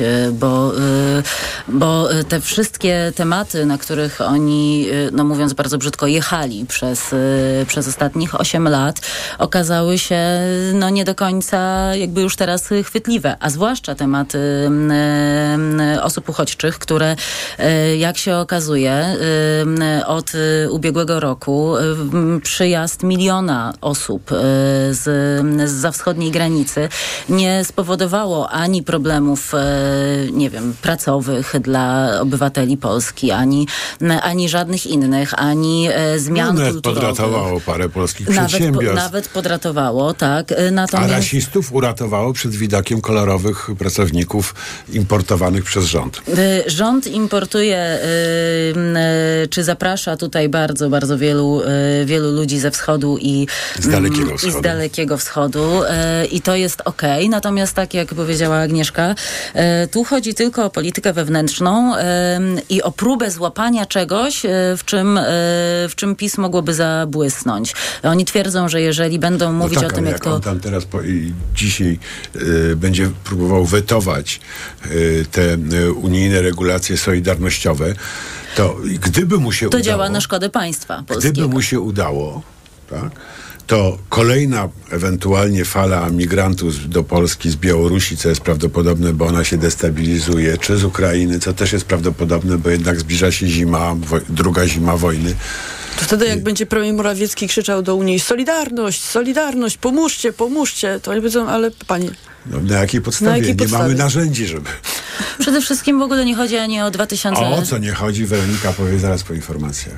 bo te wszystkie tematy, na których oni, mówiąc bardzo brzydko, jechali przez ostatnich 8 lat, okazały się nie do końca jakby już teraz chwytliwe, a zwłaszcza tematy osób uchodźczych, które jak się okazuje od ubiegłego roku przyjazd 1 miliona osób zza wschodniej granicy nie spowodowało ani problemów, pracowych dla obywateli Polski, ani żadnych innych, ani zmian kulturowych. Podratowało parę polskich przedsiębiorstw. Nawet podratowało, tak. A rasistów uratowało przed widokiem kolorowych pracowników importowanych przez rząd. Rząd importuje, czy zaprasza tutaj bardzo, bardzo wielu ludzi ze wschodu i z Dalekiego Wschodu. I to jest okej. Natomiast tak jak powiedziała Agnieszka, tu chodzi tylko o politykę wewnętrzną i o próbę złapania czegoś, w czym PiS mogłoby zabłysnąć. Oni twierdzą, że jeżeli będą mówić o tym, jak to... on tam teraz dzisiaj będzie próbował wetować te unijne regulacje solidarnościowe, to gdyby mu się udało... To działa na szkodę państwa polskiego. Gdyby mu się udało, tak, to kolejna ewentualnie fala migrantów do Polski z Białorusi, co jest prawdopodobne, bo ona się destabilizuje, czy z Ukrainy, co też jest prawdopodobne, bo jednak zbliża się druga zima wojny. To wtedy jak będzie premier Morawiecki krzyczał do Unii Solidarność, Solidarność, pomóżcie, pomóżcie, to oni powiedzą, ale panie... Na jakiej podstawie? Nie mamy narzędzi, żeby... Przede wszystkim w ogóle nie chodzi ani o 2000... A o co nie chodzi? Weronika powie zaraz po informacjach.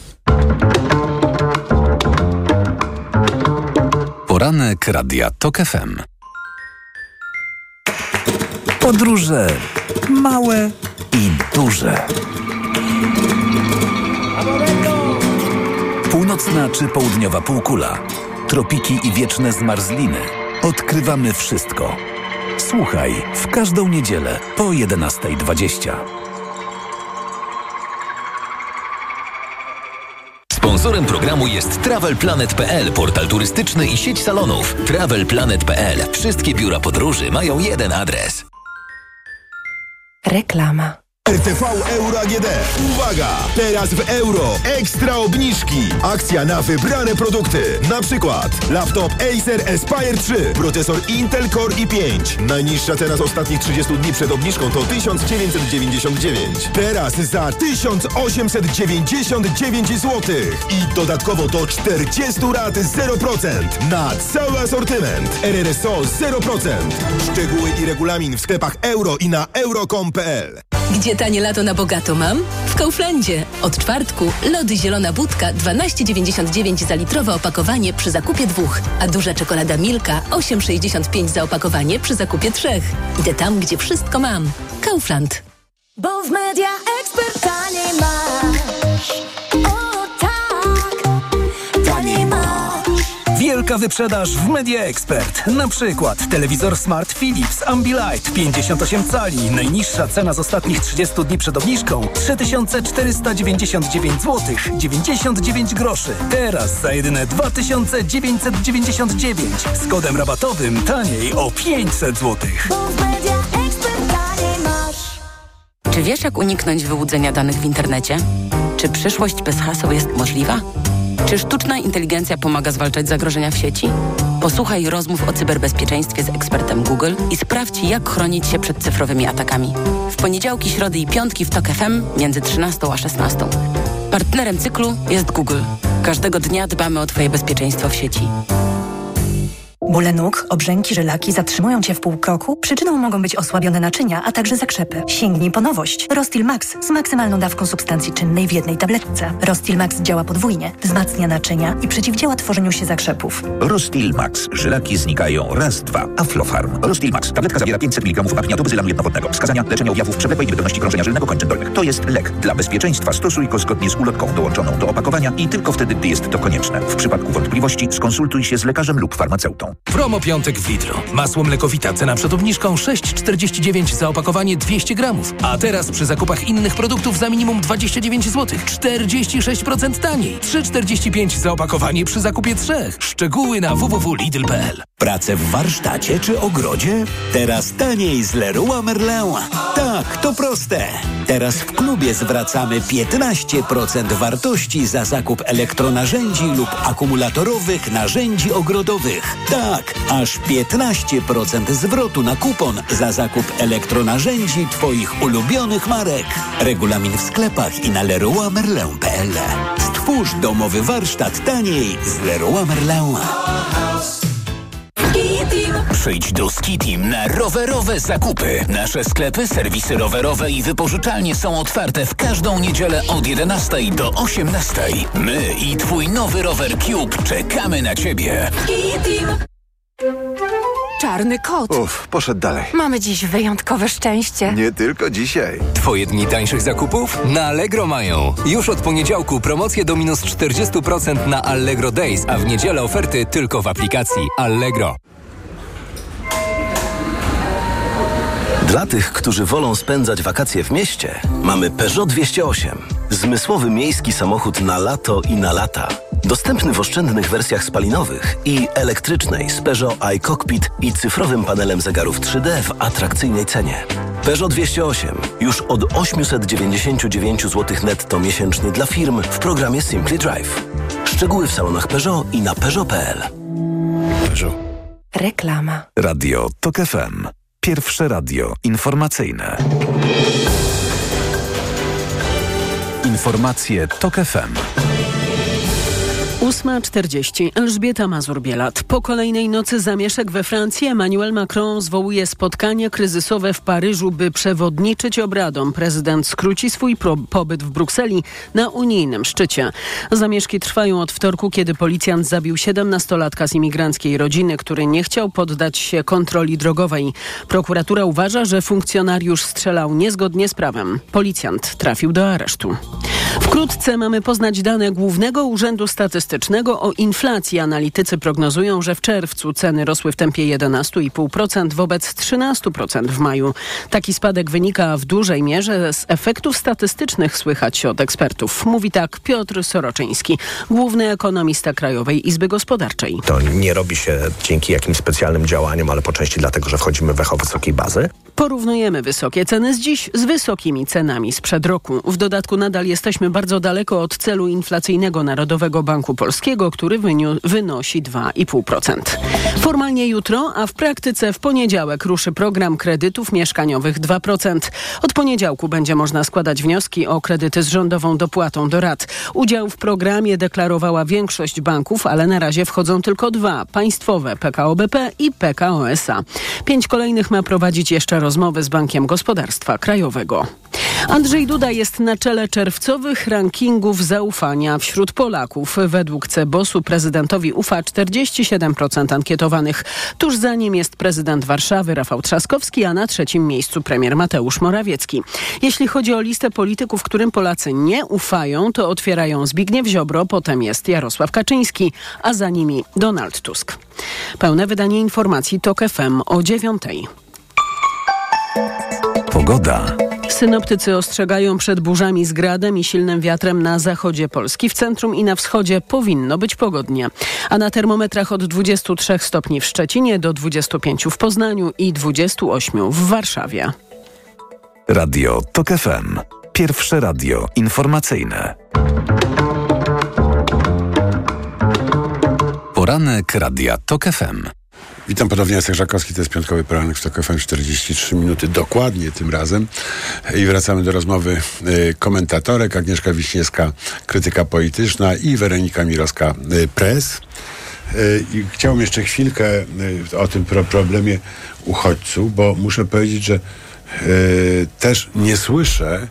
Poranek Radia TOK FM. Podróże małe i duże. Północna czy południowa półkula, tropiki i wieczne zmarzliny. Odkrywamy wszystko. Słuchaj w każdą niedzielę po 11:20. Sponsorem programu jest TravelPlanet.pl, portal turystyczny i sieć salonów. TravelPlanet.pl. Wszystkie biura podróży mają jeden adres. Reklama. RTV Euro AGD. Uwaga! Teraz w euro ekstra obniżki. Akcja na wybrane produkty. Na przykład laptop Acer Aspire 3, procesor Intel Core i5. Najniższa cena z ostatnich 30 dni przed obniżką to 1999. Teraz za 1899 zł. I dodatkowo do 40 rat 0% na cały asortyment. RRSO 0%. Szczegóły i regulamin w sklepach euro i na euro.com.pl. Gdzie tanie lato na bogato mam? W Kauflandzie. Od czwartku lody zielona budka 12,99 za litrowe opakowanie przy zakupie 2, a duża czekolada Milka 8,65 za opakowanie przy zakupie 3. Idę tam, gdzie wszystko mam. Kaufland. Bo w Media Expert taniej masz. O tak, taniej masz. Wielka wyprzedaż w Media Expert. Na przykład telewizor Smart Philips Ambilight 58 cali. Najniższa cena z ostatnich 30 dni przed obniżką 3499 zł 99 groszy. Teraz za jedyne 2999 z kodem rabatowym taniej o 500 zł. Czy wiesz, jak uniknąć wyłudzenia danych w internecie? Czy przyszłość bez haseł jest możliwa? Czy sztuczna inteligencja pomaga zwalczać zagrożenia w sieci? Posłuchaj rozmów o cyberbezpieczeństwie z ekspertem Google i sprawdź, jak chronić się przed cyfrowymi atakami. W poniedziałki, środy i piątki w TOK FM między 13 a 16. Partnerem cyklu jest Google. Każdego dnia dbamy o Twoje bezpieczeństwo w sieci. Bóle nóg, obrzęki, żylaki zatrzymują Cię w pół kroku? Przyczyną mogą być osłabione naczynia, a także zakrzepy. Sięgnij po nowość. Rostil Max z maksymalną dawką substancji czynnej w jednej tabletce. Rostil Max działa podwójnie, wzmacnia naczynia i przeciwdziała tworzeniu się zakrzepów. Rostil Max. Żylaki znikają. Raz, dwa. Aflofarm. Rostil Max. Tabletka zawiera 500 mg apniatu bezylanu jednowodnego. Wskazania: leczenie objawów przewlekłej niewydolności krążenia żylnego kończyn dolnych. To jest lek. Dla bezpieczeństwa stosuj go zgodnie z ulotką dołączoną do opakowania i tylko wtedy, gdy jest to konieczne. W przypadku wątpliwości skonsultuj się z lekarzem lub farmaceutą. Promo piątek w Lidlu. Masło mlekowita, cena przed obniżką 6,49 za opakowanie 200 gramów. A teraz przy zakupach innych produktów za minimum 29 zł. 46% taniej. 3,45 za opakowanie przy zakupie 3. Szczegóły na www.lidl.pl. Pracę w warsztacie czy ogrodzie? Teraz taniej z Leroy Merlin. Tak, to proste. Teraz w klubie zwracamy 15% wartości za zakup elektronarzędzi lub akumulatorowych narzędzi ogrodowych. Tak, aż 15% zwrotu na kupon za zakup elektronarzędzi Twoich ulubionych marek. Regulamin w sklepach i na leroymerlin.pl. Stwórz domowy warsztat taniej z Leroy Merlin. Przyjdź do Skitim na rowerowe zakupy. Nasze sklepy, serwisy rowerowe i wypożyczalnie są otwarte w każdą niedzielę od 11 do 18. My i Twój nowy rower Cube czekamy na Ciebie. Czarny kot. Poszedł dalej. Mamy dziś wyjątkowe szczęście. Nie tylko dzisiaj. Twoje dni tańszych zakupów? Na Allegro mają. Już od poniedziałku promocje do minus 40% na Allegro Days, a w niedzielę oferty tylko w aplikacji Allegro. Dla tych, którzy wolą spędzać wakacje w mieście, mamy Peugeot 208. Zmysłowy miejski samochód na lato i na lata. Dostępny w oszczędnych wersjach spalinowych i elektrycznej z Peugeot iCockpit i cyfrowym panelem zegarów 3D w atrakcyjnej cenie. Peugeot 208 już od 899 zł netto miesięcznie dla firm w programie Simply Drive. Szczegóły w salonach Peugeot i na Peugeot.pl. Peugeot. Reklama. Radio TOK FM. Pierwsze radio informacyjne. Informacje TOK FM. 8:40. Elżbieta Mazur-Bielat. Po kolejnej nocy zamieszek we Francji Emmanuel Macron zwołuje spotkanie kryzysowe w Paryżu, by przewodniczyć obradom. Prezydent skróci swój pobyt w Brukseli na unijnym szczycie. Zamieszki trwają od wtorku, kiedy policjant zabił 17-latka z imigranckiej rodziny, który nie chciał poddać się kontroli drogowej. Prokuratura uważa, że funkcjonariusz strzelał niezgodnie z prawem. Policjant trafił do aresztu. Wkrótce mamy poznać dane Głównego Urzędu Statystycznego o inflacji. Analitycy prognozują, że w czerwcu ceny rosły w tempie 11,5% wobec 13% w maju. Taki spadek wynika w dużej mierze z efektów statystycznych, słychać od ekspertów. Mówi tak Piotr Soroczyński, główny ekonomista Krajowej Izby Gospodarczej. To nie robi się dzięki jakimś specjalnym działaniom, ale po części dlatego, że wchodzimy w echo wysokiej bazy. Porównujemy wysokie ceny z dziś z wysokimi cenami sprzed roku. W dodatku nadal jesteśmy bardzo daleko od celu inflacyjnego Narodowego Banku Polskiego, który wynosi 2,5%. Formalnie jutro, a w praktyce w poniedziałek ruszy program kredytów mieszkaniowych 2%. Od poniedziałku będzie można składać wnioski o kredyty z rządową dopłatą do rat. Udział w programie deklarowała większość banków, ale na razie wchodzą tylko 2. Państwowe PKO BP i PKO SA. 5 kolejnych ma prowadzić jeszcze rozmowy z Bankiem Gospodarstwa Krajowego. Andrzej Duda jest na czele czerwcowych rankingów zaufania wśród Polaków. Według CBOS-u prezydentowi ufa 47% ankietowanych. Tuż za nim jest prezydent Warszawy Rafał Trzaskowski, a na 3. miejscu premier Mateusz Morawiecki. Jeśli chodzi o listę polityków, którym Polacy nie ufają, to otwierają Zbigniew Ziobro, potem jest Jarosław Kaczyński, a za nimi Donald Tusk. Pełne wydanie informacji TOK FM o 9:00. Pogoda. Synoptycy ostrzegają przed burzami z gradem i silnym wiatrem na zachodzie Polski. W centrum i na wschodzie powinno być pogodnie. A na termometrach od 23 stopni w Szczecinie do 25 w Poznaniu i 28 w Warszawie. Radio TOK FM. Pierwsze radio informacyjne. Poranek Radia TOK FM. Witam ponownie, Jacek Żakowski, to jest piątkowy poranek w TOK FM, 43 minuty dokładnie tym razem. I wracamy do rozmowy komentatorek. Agnieszka Wiśniewska, krytyka polityczna, i Weronika Mirowska, press. I chciałbym jeszcze chwilkę o tym problemie uchodźców, bo muszę powiedzieć, że też nie słyszę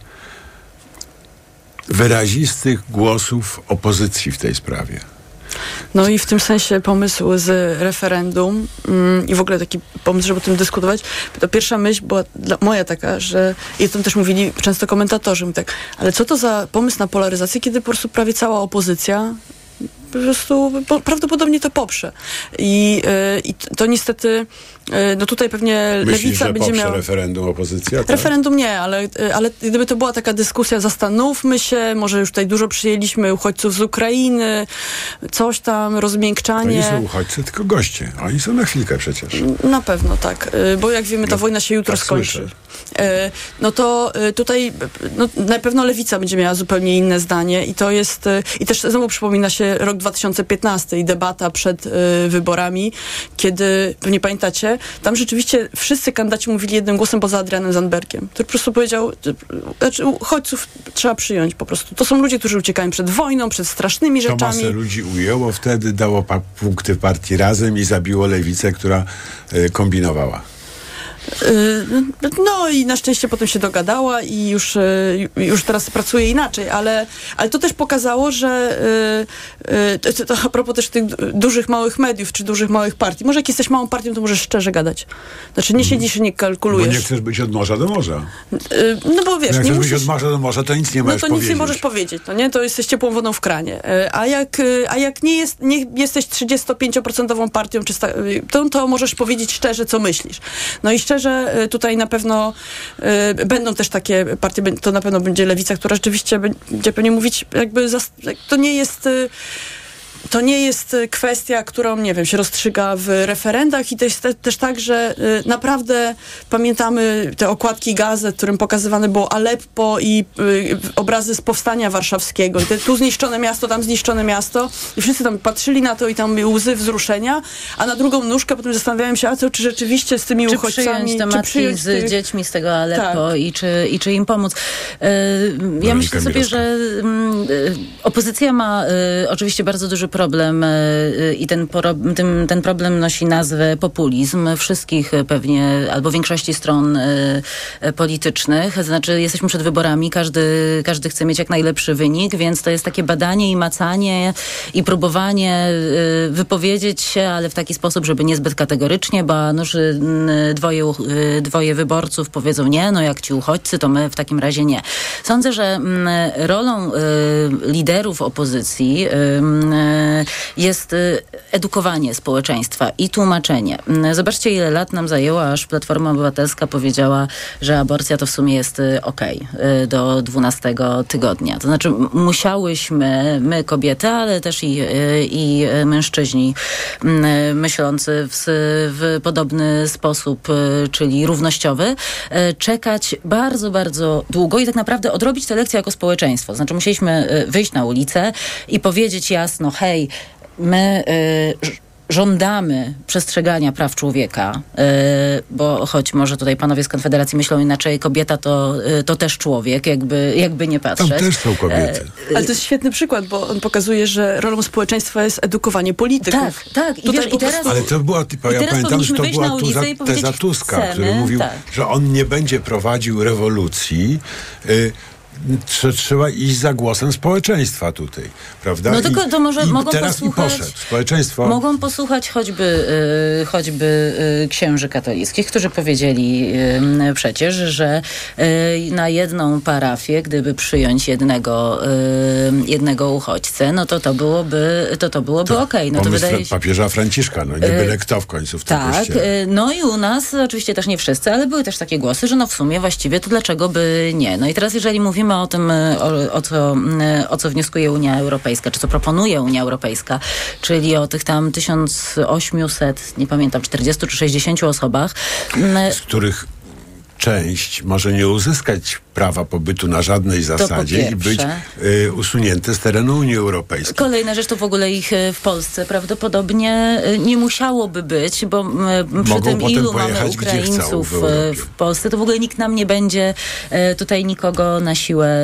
wyrazistych głosów opozycji w tej sprawie. No i w tym sensie pomysł z referendum i w ogóle taki pomysł, żeby o tym dyskutować, to pierwsza myśl była moja taka, że i o tym też mówili często komentatorzy, tak, ale co to za pomysł na polaryzację, kiedy po prostu prawie cała opozycja po prostu prawdopodobnie to poprze. I to niestety, no tutaj pewnie Myślisz, lewica że będzie miała... referendum opozycja? Tak? Referendum nie, ale gdyby to była taka dyskusja, zastanówmy się, może już tutaj dużo przyjęliśmy uchodźców z Ukrainy, coś tam, rozmiękczanie. To nie są uchodźcy, tylko goście. Oni są na chwilkę przecież. Na pewno tak, bo jak wiemy, ta wojna się jutro skończy. Słyszę. No to tutaj na pewno lewica będzie miała zupełnie inne zdanie i to jest, i też znowu przypomina się rok 2015 i debata przed wyborami, kiedy, pewnie pamiętacie, tam rzeczywiście wszyscy kandydaci mówili jednym głosem poza Adrianem Zandbergiem, który po prostu powiedział, znaczy uchodźców trzeba przyjąć po prostu. To są ludzie, którzy uciekają przed wojną, przed strasznymi rzeczami. To masę ludzi ujęło wtedy, dało punkty partii Razem i zabiło lewicę, która kombinowała. No i na szczęście potem się dogadała i już teraz pracuje inaczej, ale to też pokazało, że to a propos też tych dużych, małych mediów, czy dużych, małych partii. Może jak jesteś małą partią, to możesz szczerze gadać. Znaczy nie siedzisz i nie kalkulujesz. Bo nie chcesz być od morza do morza. No bo wiesz, jak nie chcesz musisz... być od morza do morza, to nic nie możesz powiedzieć. No to nic nie możesz powiedzieć, no nie? To jesteś ciepłą wodą w kranie. A jak nie jesteś 35% partią, to możesz powiedzieć szczerze, co myślisz. No i szczerze tutaj na pewno będą też takie partie, to na pewno będzie lewica, która rzeczywiście będzie pewnie mówić, jakby to nie jest kwestia, którą, nie wiem, się rozstrzyga w referendach i to jest też tak, że naprawdę pamiętamy te okładki gazet, w którym pokazywane było Aleppo i obrazy z powstania warszawskiego. I tu zniszczone miasto, tam zniszczone miasto i wszyscy tam patrzyli na to i tam łzy wzruszenia, a na drugą nóżkę potem zastanawiałem się, czy rzeczywiście z tymi uchodźcami... Czy przyjąć z dziećmi z tego Aleppo tak. i czy im pomóc. Ja myślę sobie, że opozycja ma oczywiście bardzo duży problem i ten problem nosi nazwę populizm wszystkich pewnie, albo większości stron politycznych. Znaczy jesteśmy przed wyborami, każdy chce mieć jak najlepszy wynik, więc to jest takie badanie i macanie i próbowanie wypowiedzieć się, ale w taki sposób, żeby niezbyt kategorycznie, bo dwoje wyborców powiedzą nie, no jak ci uchodźcy, to my w takim razie nie. Sądzę, że rolą liderów opozycji jest edukowanie społeczeństwa i tłumaczenie. Zobaczcie, ile lat nam zajęło, aż Platforma Obywatelska powiedziała, że aborcja to w sumie jest okej, do 12 tygodnia. To znaczy musiałyśmy, my kobiety, ale też i mężczyźni myślący w podobny sposób, czyli równościowy, czekać bardzo, bardzo długo i tak naprawdę odrobić tę lekcję jako społeczeństwo. Znaczy musieliśmy wyjść na ulicę i powiedzieć jasno, hej, my żądamy przestrzegania praw człowieka, bo choć może tutaj panowie z Konfederacji myślą inaczej, kobieta to też człowiek, jakby nie patrzeć. Tam też są kobiety. Ale to jest świetny przykład, bo on pokazuje, że rolą społeczeństwa jest edukowanie polityków. Tak. I teraz, ale to była, ja pamiętam, że to była teza Tuska, który mówił, że on nie będzie prowadził rewolucji, trzeba iść za głosem społeczeństwa tutaj, prawda? No tylko to może mogą posłuchać. Społeczeństwo. Mogą posłuchać choćby księży katolickich, którzy powiedzieli przecież, że na jedną parafię, gdyby przyjąć jednego uchodźcę, no to byłoby okej. No to wydaje się... papieża Franciszka, no nie byle kto w końcu w tym kościele. No i u nas oczywiście też nie wszyscy, ale były też takie głosy, że no w sumie właściwie to dlaczego by nie? No i teraz jeżeli mówimy o tym, o co wnioskuje Unia Europejska, czy co proponuje Unia Europejska, czyli o tych tam 1800, nie pamiętam, 40 czy 60 osobach. Z których część może nie uzyskać prawa pobytu na żadnej zasadzie i być usunięte z terenu Unii Europejskiej. Kolejna rzecz, to w ogóle ich w Polsce prawdopodobnie nie musiałoby być, bo przy tym ilu mamy Ukraińców w Polsce, to w ogóle nikt nam nie będzie tutaj nikogo na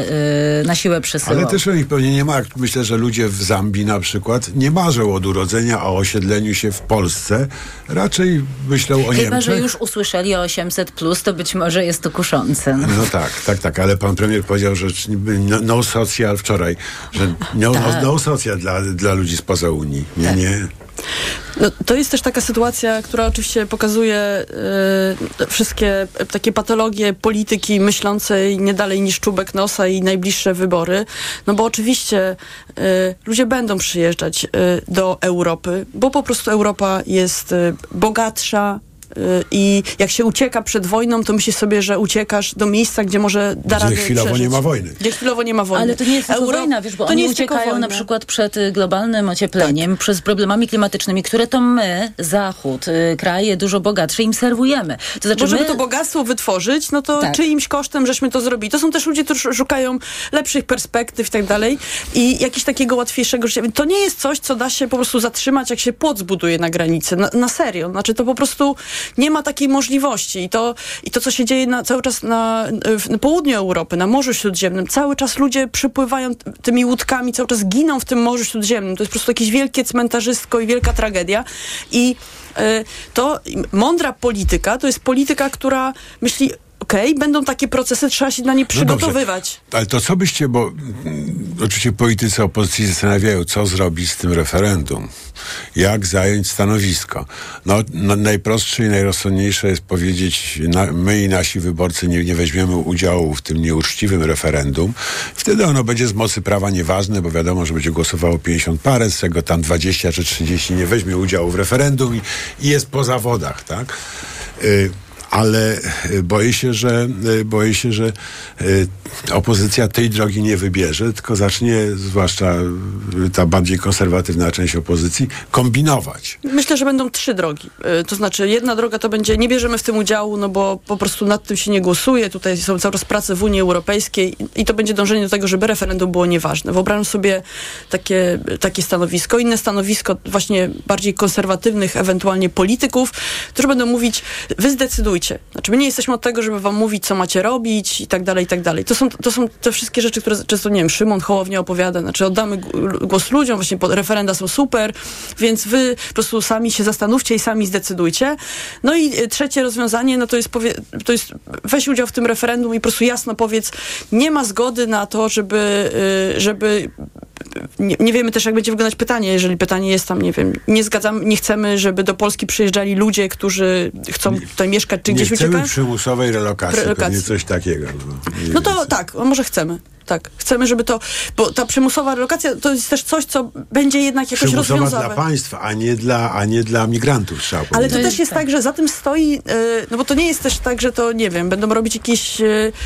siłę przesyłał. Ale też ich pewnie nie ma. Myślę, że ludzie w Zambii na przykład nie marzą od urodzenia o osiedleniu się w Polsce. Raczej myślą o Niemczech. Chyba, że już usłyszeli o 800+, to być może jest to kuszące. No tak, ale pan premier powiedział, że no social wczoraj, że no social dla ludzi spoza Unii. Nie. No, to jest też taka sytuacja, która oczywiście pokazuje wszystkie takie patologie polityki myślącej nie dalej niż czubek nosa i najbliższe wybory. No bo oczywiście ludzie będą przyjeżdżać do Europy, bo po prostu Europa jest bogatsza, i jak się ucieka przed wojną, to myślisz sobie, że uciekasz do miejsca, gdzie może da radę przeżyć. Chwilowo nie ma wojny. Gdzie chwilowo nie ma wojny. Ale to nie jest tylko wojna, wiesz, bo oni uciekają na przykład przed globalnym ociepleniem, przez problemami klimatycznymi, które to my, Zachód, kraje dużo bogatsze, im serwujemy. To znaczy, bo żeby to bogactwo wytworzyć, no to czyimś kosztem żeśmy to zrobili. To są też ludzie, którzy szukają lepszych perspektyw i tak dalej i jakiegoś takiego łatwiejszego życia. To nie jest coś, co da się po prostu zatrzymać, jak się płot zbuduje na granicy. Na serio. Znaczy to po prostu nie ma takiej możliwości. I to co się dzieje cały czas na południu Europy, na Morzu Śródziemnym, cały czas ludzie przypływają tymi łódkami, cały czas giną w tym Morzu Śródziemnym. To jest po prostu jakieś wielkie cmentarzystko i wielka tragedia. I to mądra polityka, to jest polityka, która myśli, będą takie procesy, trzeba się na nie przygotowywać. No ale to co byście, bo oczywiście politycy opozycji zastanawiają, co zrobić z tym referendum. Jak zająć stanowisko. No, najprostsze i najrozsądniejsze jest powiedzieć, my i nasi wyborcy nie weźmiemy udziału w tym nieuczciwym referendum. Wtedy ono będzie z mocy prawa nieważne, bo wiadomo, że będzie głosowało 50 parę, z czego tam 20 czy 30 nie weźmie udziału w referendum i jest po zawodach, tak? Ale boję się, że opozycja tej drogi nie wybierze, tylko zacznie, zwłaszcza ta bardziej konserwatywna część opozycji, kombinować. Myślę, że będą 3 drogi. To znaczy, jedna droga to będzie, nie bierzemy w tym udziału, no bo po prostu nad tym się nie głosuje. Tutaj są cały czas prace w Unii Europejskiej i to będzie dążenie do tego, żeby referendum było nieważne. Wyobrażam sobie takie stanowisko. Inne stanowisko właśnie bardziej konserwatywnych, ewentualnie polityków, którzy będą mówić, wy zdecydujcie. Znaczy, my nie jesteśmy od tego, żeby wam mówić, co macie robić i tak dalej, i tak dalej. To są te wszystkie rzeczy, które często, nie wiem, Szymon Hołownia opowiada. Znaczy, oddamy głos ludziom, właśnie referenda są super, więc wy po prostu sami się zastanówcie i sami zdecydujcie. No i trzecie rozwiązanie, no to jest weź udział w tym referendum i po prostu jasno powiedz, nie ma zgody na to, żeby nie wiemy też, jak będzie wyglądać pytanie, jeżeli pytanie jest tam, nie wiem, nie chcemy, żeby do Polski przyjeżdżali ludzie, którzy chcą tutaj mieszkać, czy gdzieś uciekają. Nie chcemy przymusowej relokacji, pewnie coś takiego. No to tak, może chcemy. Tak, chcemy, żeby to, bo ta przymusowa relokacja to jest też coś, co będzie jednak jakoś rozwiązywane. Przymusowa dla państwa, a nie dla migrantów, trzeba powiedzieć. Ale to też jest tak, że za tym stoi, no bo to nie jest też tak, że to, nie wiem, będą robić jakieś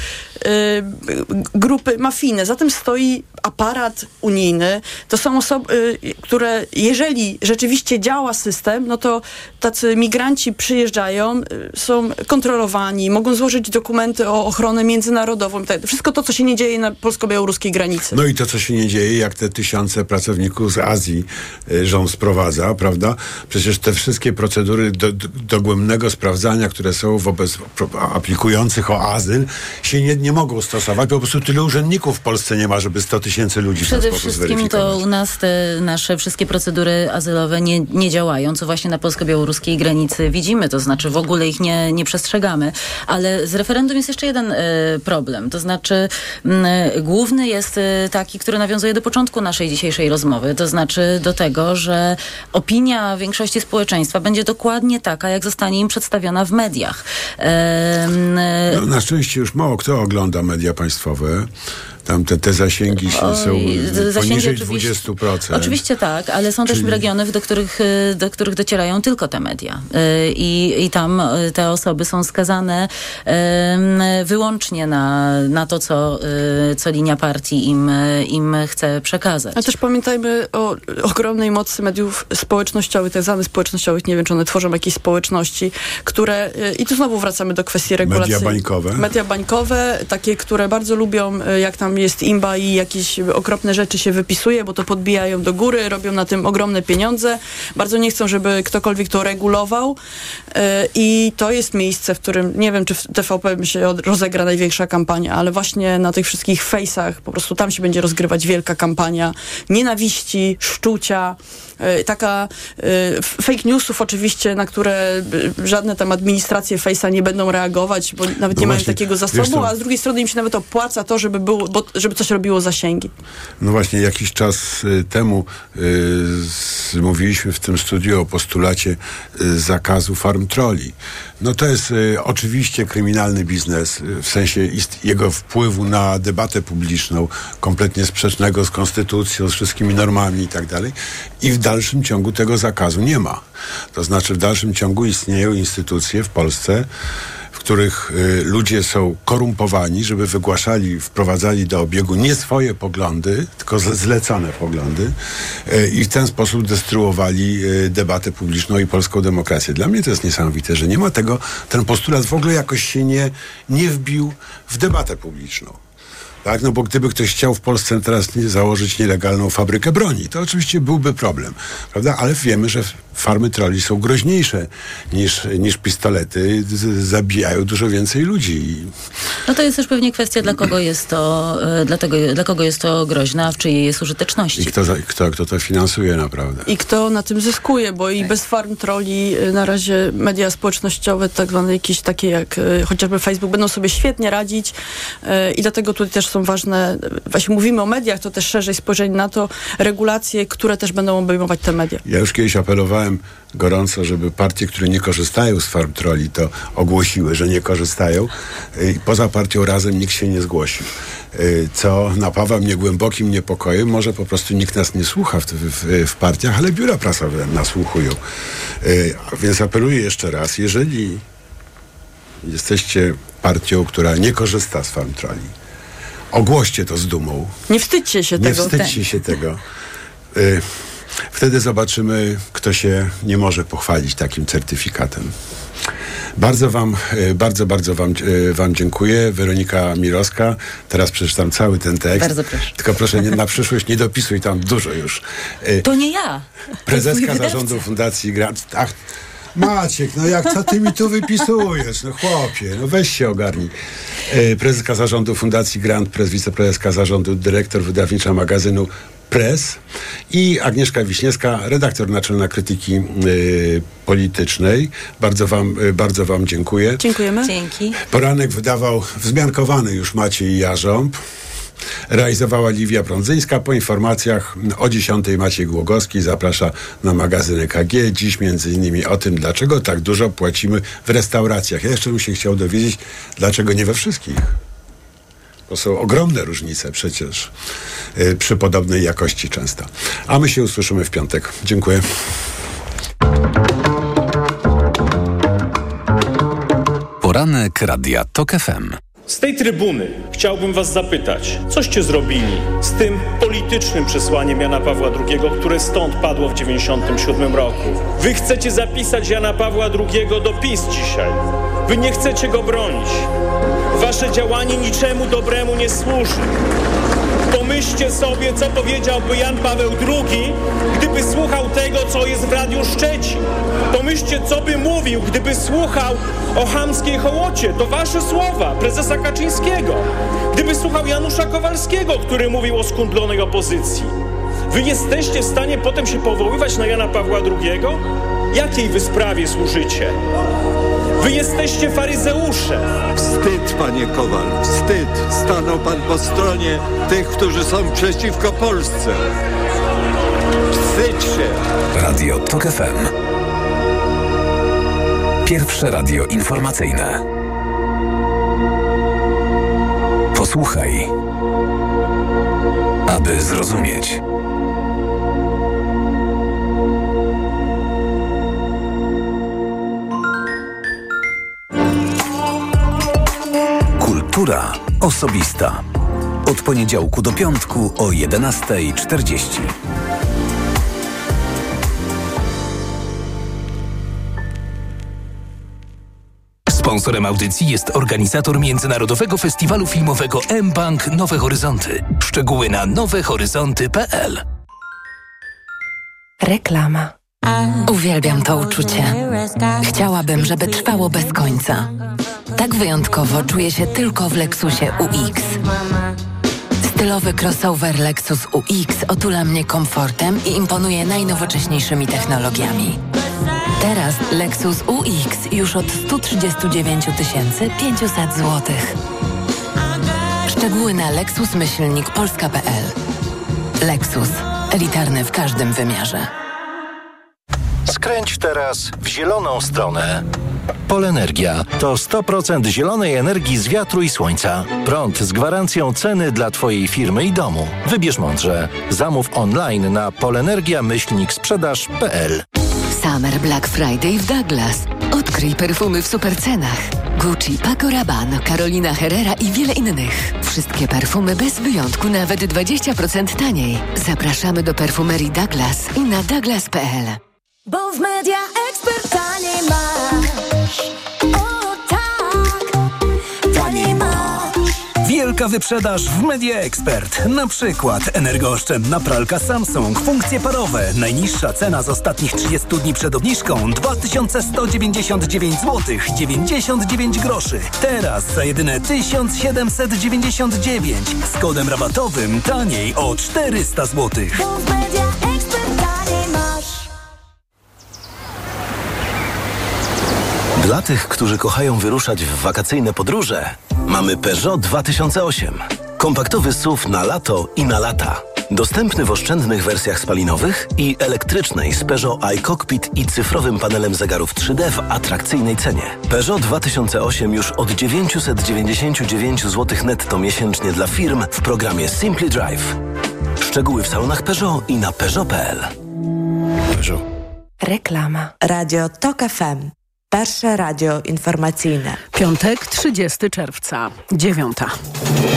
grupy mafijne. Za tym stoi aparat unijny. To są osoby, które, jeżeli rzeczywiście działa system, no to tacy migranci przyjeżdżają, są kontrolowani, mogą złożyć dokumenty o ochronę międzynarodową. Wszystko to, co się nie dzieje na polsko-białoruskiej granicy. No i to, co się nie dzieje, jak te tysiące pracowników z Azji rząd sprowadza, prawda? Przecież te wszystkie procedury dogłębnego sprawdzania, które są wobec aplikujących o azyl, się nie mogą stosować, bo po prostu tyle urzędników w Polsce nie ma, żeby 100 000 ludzi w ten sposób zweryfikować. Przede wszystkim to u nas te nasze wszystkie procedury azylowe nie działają, co właśnie na polsko-białoruskiej granicy widzimy, to znaczy w ogóle ich nie przestrzegamy. Ale z referendum jest jeszcze jeden problem, to znaczy główny jest taki, który nawiązuje do początku naszej dzisiejszej rozmowy, to znaczy do tego, że opinia większości społeczeństwa będzie dokładnie taka, jak zostanie im przedstawiona w mediach. No, na szczęście już mało kto ogląda media państwowe. Tam te zasięgi są poniżej 20%. Oczywiście tak, ale są też regiony, do których docierają tylko te media. I tam te osoby są skazane wyłącznie na to, co linia partii im chce przekazać. Ale też pamiętajmy o ogromnej mocy mediów społecznościowych, tak zwanych społecznościowych, nie wiem, czy one tworzą jakieś społeczności, które, i tu znowu wracamy do kwestii regulacji. Media bańkowe, takie, które bardzo lubią, jak tam jest imba i jakieś okropne rzeczy się wypisuje, bo to podbijają do góry, robią na tym ogromne pieniądze. Bardzo nie chcą, żeby ktokolwiek to regulował i to jest miejsce, w którym, nie wiem, czy w TVP się rozegra największa kampania, ale właśnie na tych wszystkich fejsach, po prostu tam się będzie rozgrywać wielka kampania nienawiści, szczucia, taka fake newsów oczywiście, na które żadne tam administracje Face'a nie będą reagować, bo nawet nie mają takiego zasobu, a z drugiej strony im się nawet opłaca to, żeby coś robiło zasięgi. No właśnie, jakiś czas temu mówiliśmy w tym studiu o postulacie zakazu farm trolli. No to jest oczywiście kryminalny biznes, w sensie jego wpływu na debatę publiczną, kompletnie sprzecznego z konstytucją, z wszystkimi normami i tak dalej. I w dalszym ciągu tego zakazu nie ma. To znaczy w dalszym ciągu istnieją instytucje w Polsce, w których ludzie są korumpowani, żeby wprowadzali do obiegu nie swoje poglądy, tylko zlecone poglądy i w ten sposób destruowali debatę publiczną i polską demokrację. Dla mnie to jest niesamowite, że nie ma tego, ten postulat w ogóle jakoś się nie wbił w debatę publiczną. Tak, no bo gdyby ktoś chciał w Polsce teraz założyć nielegalną fabrykę broni, to oczywiście byłby problem, prawda? Ale wiemy, że farmy trolli są groźniejsze niż pistolety, zabijają dużo więcej ludzi. No to jest też pewnie kwestia, dla kogo jest to groźne, a w czyjej jest użyteczności. I kto to finansuje naprawdę. I kto na tym zyskuje, bo i bez farm trolli na razie media społecznościowe, tak zwane jakieś takie jak chociażby Facebook, będą sobie świetnie radzić i dlatego tutaj też są ważne, właśnie mówimy o mediach, to też szerzej spojrzenie na to, regulacje, które też będą obejmować te media. Ja już kiedyś apelowałem gorąco, żeby partie, które nie korzystają z farm trolli, to ogłosiły, że nie korzystają. I poza partią Razem nikt się nie zgłosił. Co napawa mnie głębokim niepokojem. Może po prostu nikt nas nie słucha w partiach, ale biura prasowe nasłuchują. Więc apeluję jeszcze raz, jeżeli jesteście partią, która nie korzysta z farm trolli, ogłoście to z dumą. Nie wstydźcie się tego. Nie wstydźcie się tego. Wtedy zobaczymy, kto się nie może pochwalić takim certyfikatem. Bardzo wam dziękuję. Weronika Mirowska. Teraz przeczytam cały ten tekst. Bardzo proszę. Tylko proszę na przyszłość nie dopisuj tam dużo już. To nie ja. Prezeska zarządu Fundacji Grant. Ach, Maciek, no co ty mi tu wypisujesz? No chłopie, no weź się ogarnij. Prezeska zarządu Fundacji Grant Press, wiceprezeska zarządu, dyrektor wydawnicza magazynu Press i Agnieszka Wiśniewska, redaktor naczelna krytyki politycznej. Bardzo wam dziękuję. Dziękujemy. Dzięki. Poranek wydawał wzmiankowany już Maciej Jarząb. Realizowała Liwia Prądzyńska. Po informacjach o 10 Maciej Głogowski zaprasza na magazyn EKG. Dziś między innymi o tym, dlaczego tak dużo płacimy w restauracjach. Ja jeszcze bym się chciał dowiedzieć, dlaczego nie we wszystkich. To są ogromne różnice przecież przy podobnej jakości często. A my się usłyszymy w piątek. Dziękuję. Poranek Radia TOK FM. Z tej trybuny chciałbym was zapytać, coście zrobili z tym politycznym przesłaniem Jana Pawła II, które stąd padło w 1997 roku. Wy chcecie zapisać Jana Pawła II do PiS dzisiaj. Wy nie chcecie go bronić. Wasze działanie niczemu dobremu nie służy. Pomyślcie sobie, co powiedziałby Jan Paweł II, gdyby słuchał tego, co jest w Radiu Szczecin. Pomyślcie, co by mówił, gdyby słuchał o chamskiej hołocie. To wasze słowa, prezesa Kaczyńskiego. Gdyby słuchał Janusza Kowalskiego, który mówił o skundlonej opozycji. Wy jesteście w stanie potem się powoływać na Jana Pawła II? Jakiej wy sprawie służycie? Wy jesteście faryzeusze. Wstyd, panie Kowal, wstyd. Stanął pan po stronie tych, którzy są przeciwko Polsce. Wstydź się. Radio TOK FM. Pierwsze radio informacyjne. Posłuchaj. aby zrozumieć. Kultura osobista. Od poniedziałku do piątku o 11:40. Sponsorem audycji jest organizator Międzynarodowego Festiwalu Filmowego mBank Nowe Horyzonty. Szczegóły na nowehoryzonty.pl. Reklama. Uwielbiam to uczucie. Chciałabym, żeby trwało bez końca. Tak wyjątkowo czuję się tylko w Lexusie UX. Stylowy crossover Lexus UX otula mnie komfortem i imponuje najnowocześniejszymi technologiami. Teraz Lexus UX już od 139 500 zł. Szczegóły na lexus-polska.pl. Lexus. Elitarny w każdym wymiarze. Skręć teraz w zieloną stronę. Polenergia to 100% zielonej energii z wiatru i słońca. Prąd z gwarancją ceny dla Twojej firmy i domu. Wybierz mądrze. Zamów online na polenergia-sprzedaż.pl. Summer Black Friday w Douglas. Odkryj perfumy w supercenach. Gucci, Paco Rabanne, Carolina Herrera i wiele innych. Wszystkie perfumy bez wyjątku nawet 20% taniej. Zapraszamy do perfumerii Douglas i na douglas.pl. Bo w Media Expert taniej masz. O tak, taniej masz. Wielka wyprzedaż w Media Expert. Na przykład energooszczędna pralka Samsung, funkcje parowe. Najniższa cena z ostatnich 30 dni przed obniżką 2199 zł 99 groszy. Teraz za jedyne 1799 z kodem rabatowym taniej o 400 zł. Bo w Media Expert taniej masz. Dla tych, którzy kochają wyruszać w wakacyjne podróże, mamy Peugeot 2008. Kompaktowy SUV na lato i na lata. Dostępny w oszczędnych wersjach spalinowych i elektrycznej z Peugeot iCockpit i cyfrowym panelem zegarów 3D w atrakcyjnej cenie. Peugeot 2008 już od 999 zł netto miesięcznie dla firm w programie Simply Drive. Szczegóły w salonach Peugeot i na Peugeot.pl. Peugeot. Reklama. Radio TOK FM. Pierwsze radio informacyjne. Piątek, 30 czerwca, 9:00.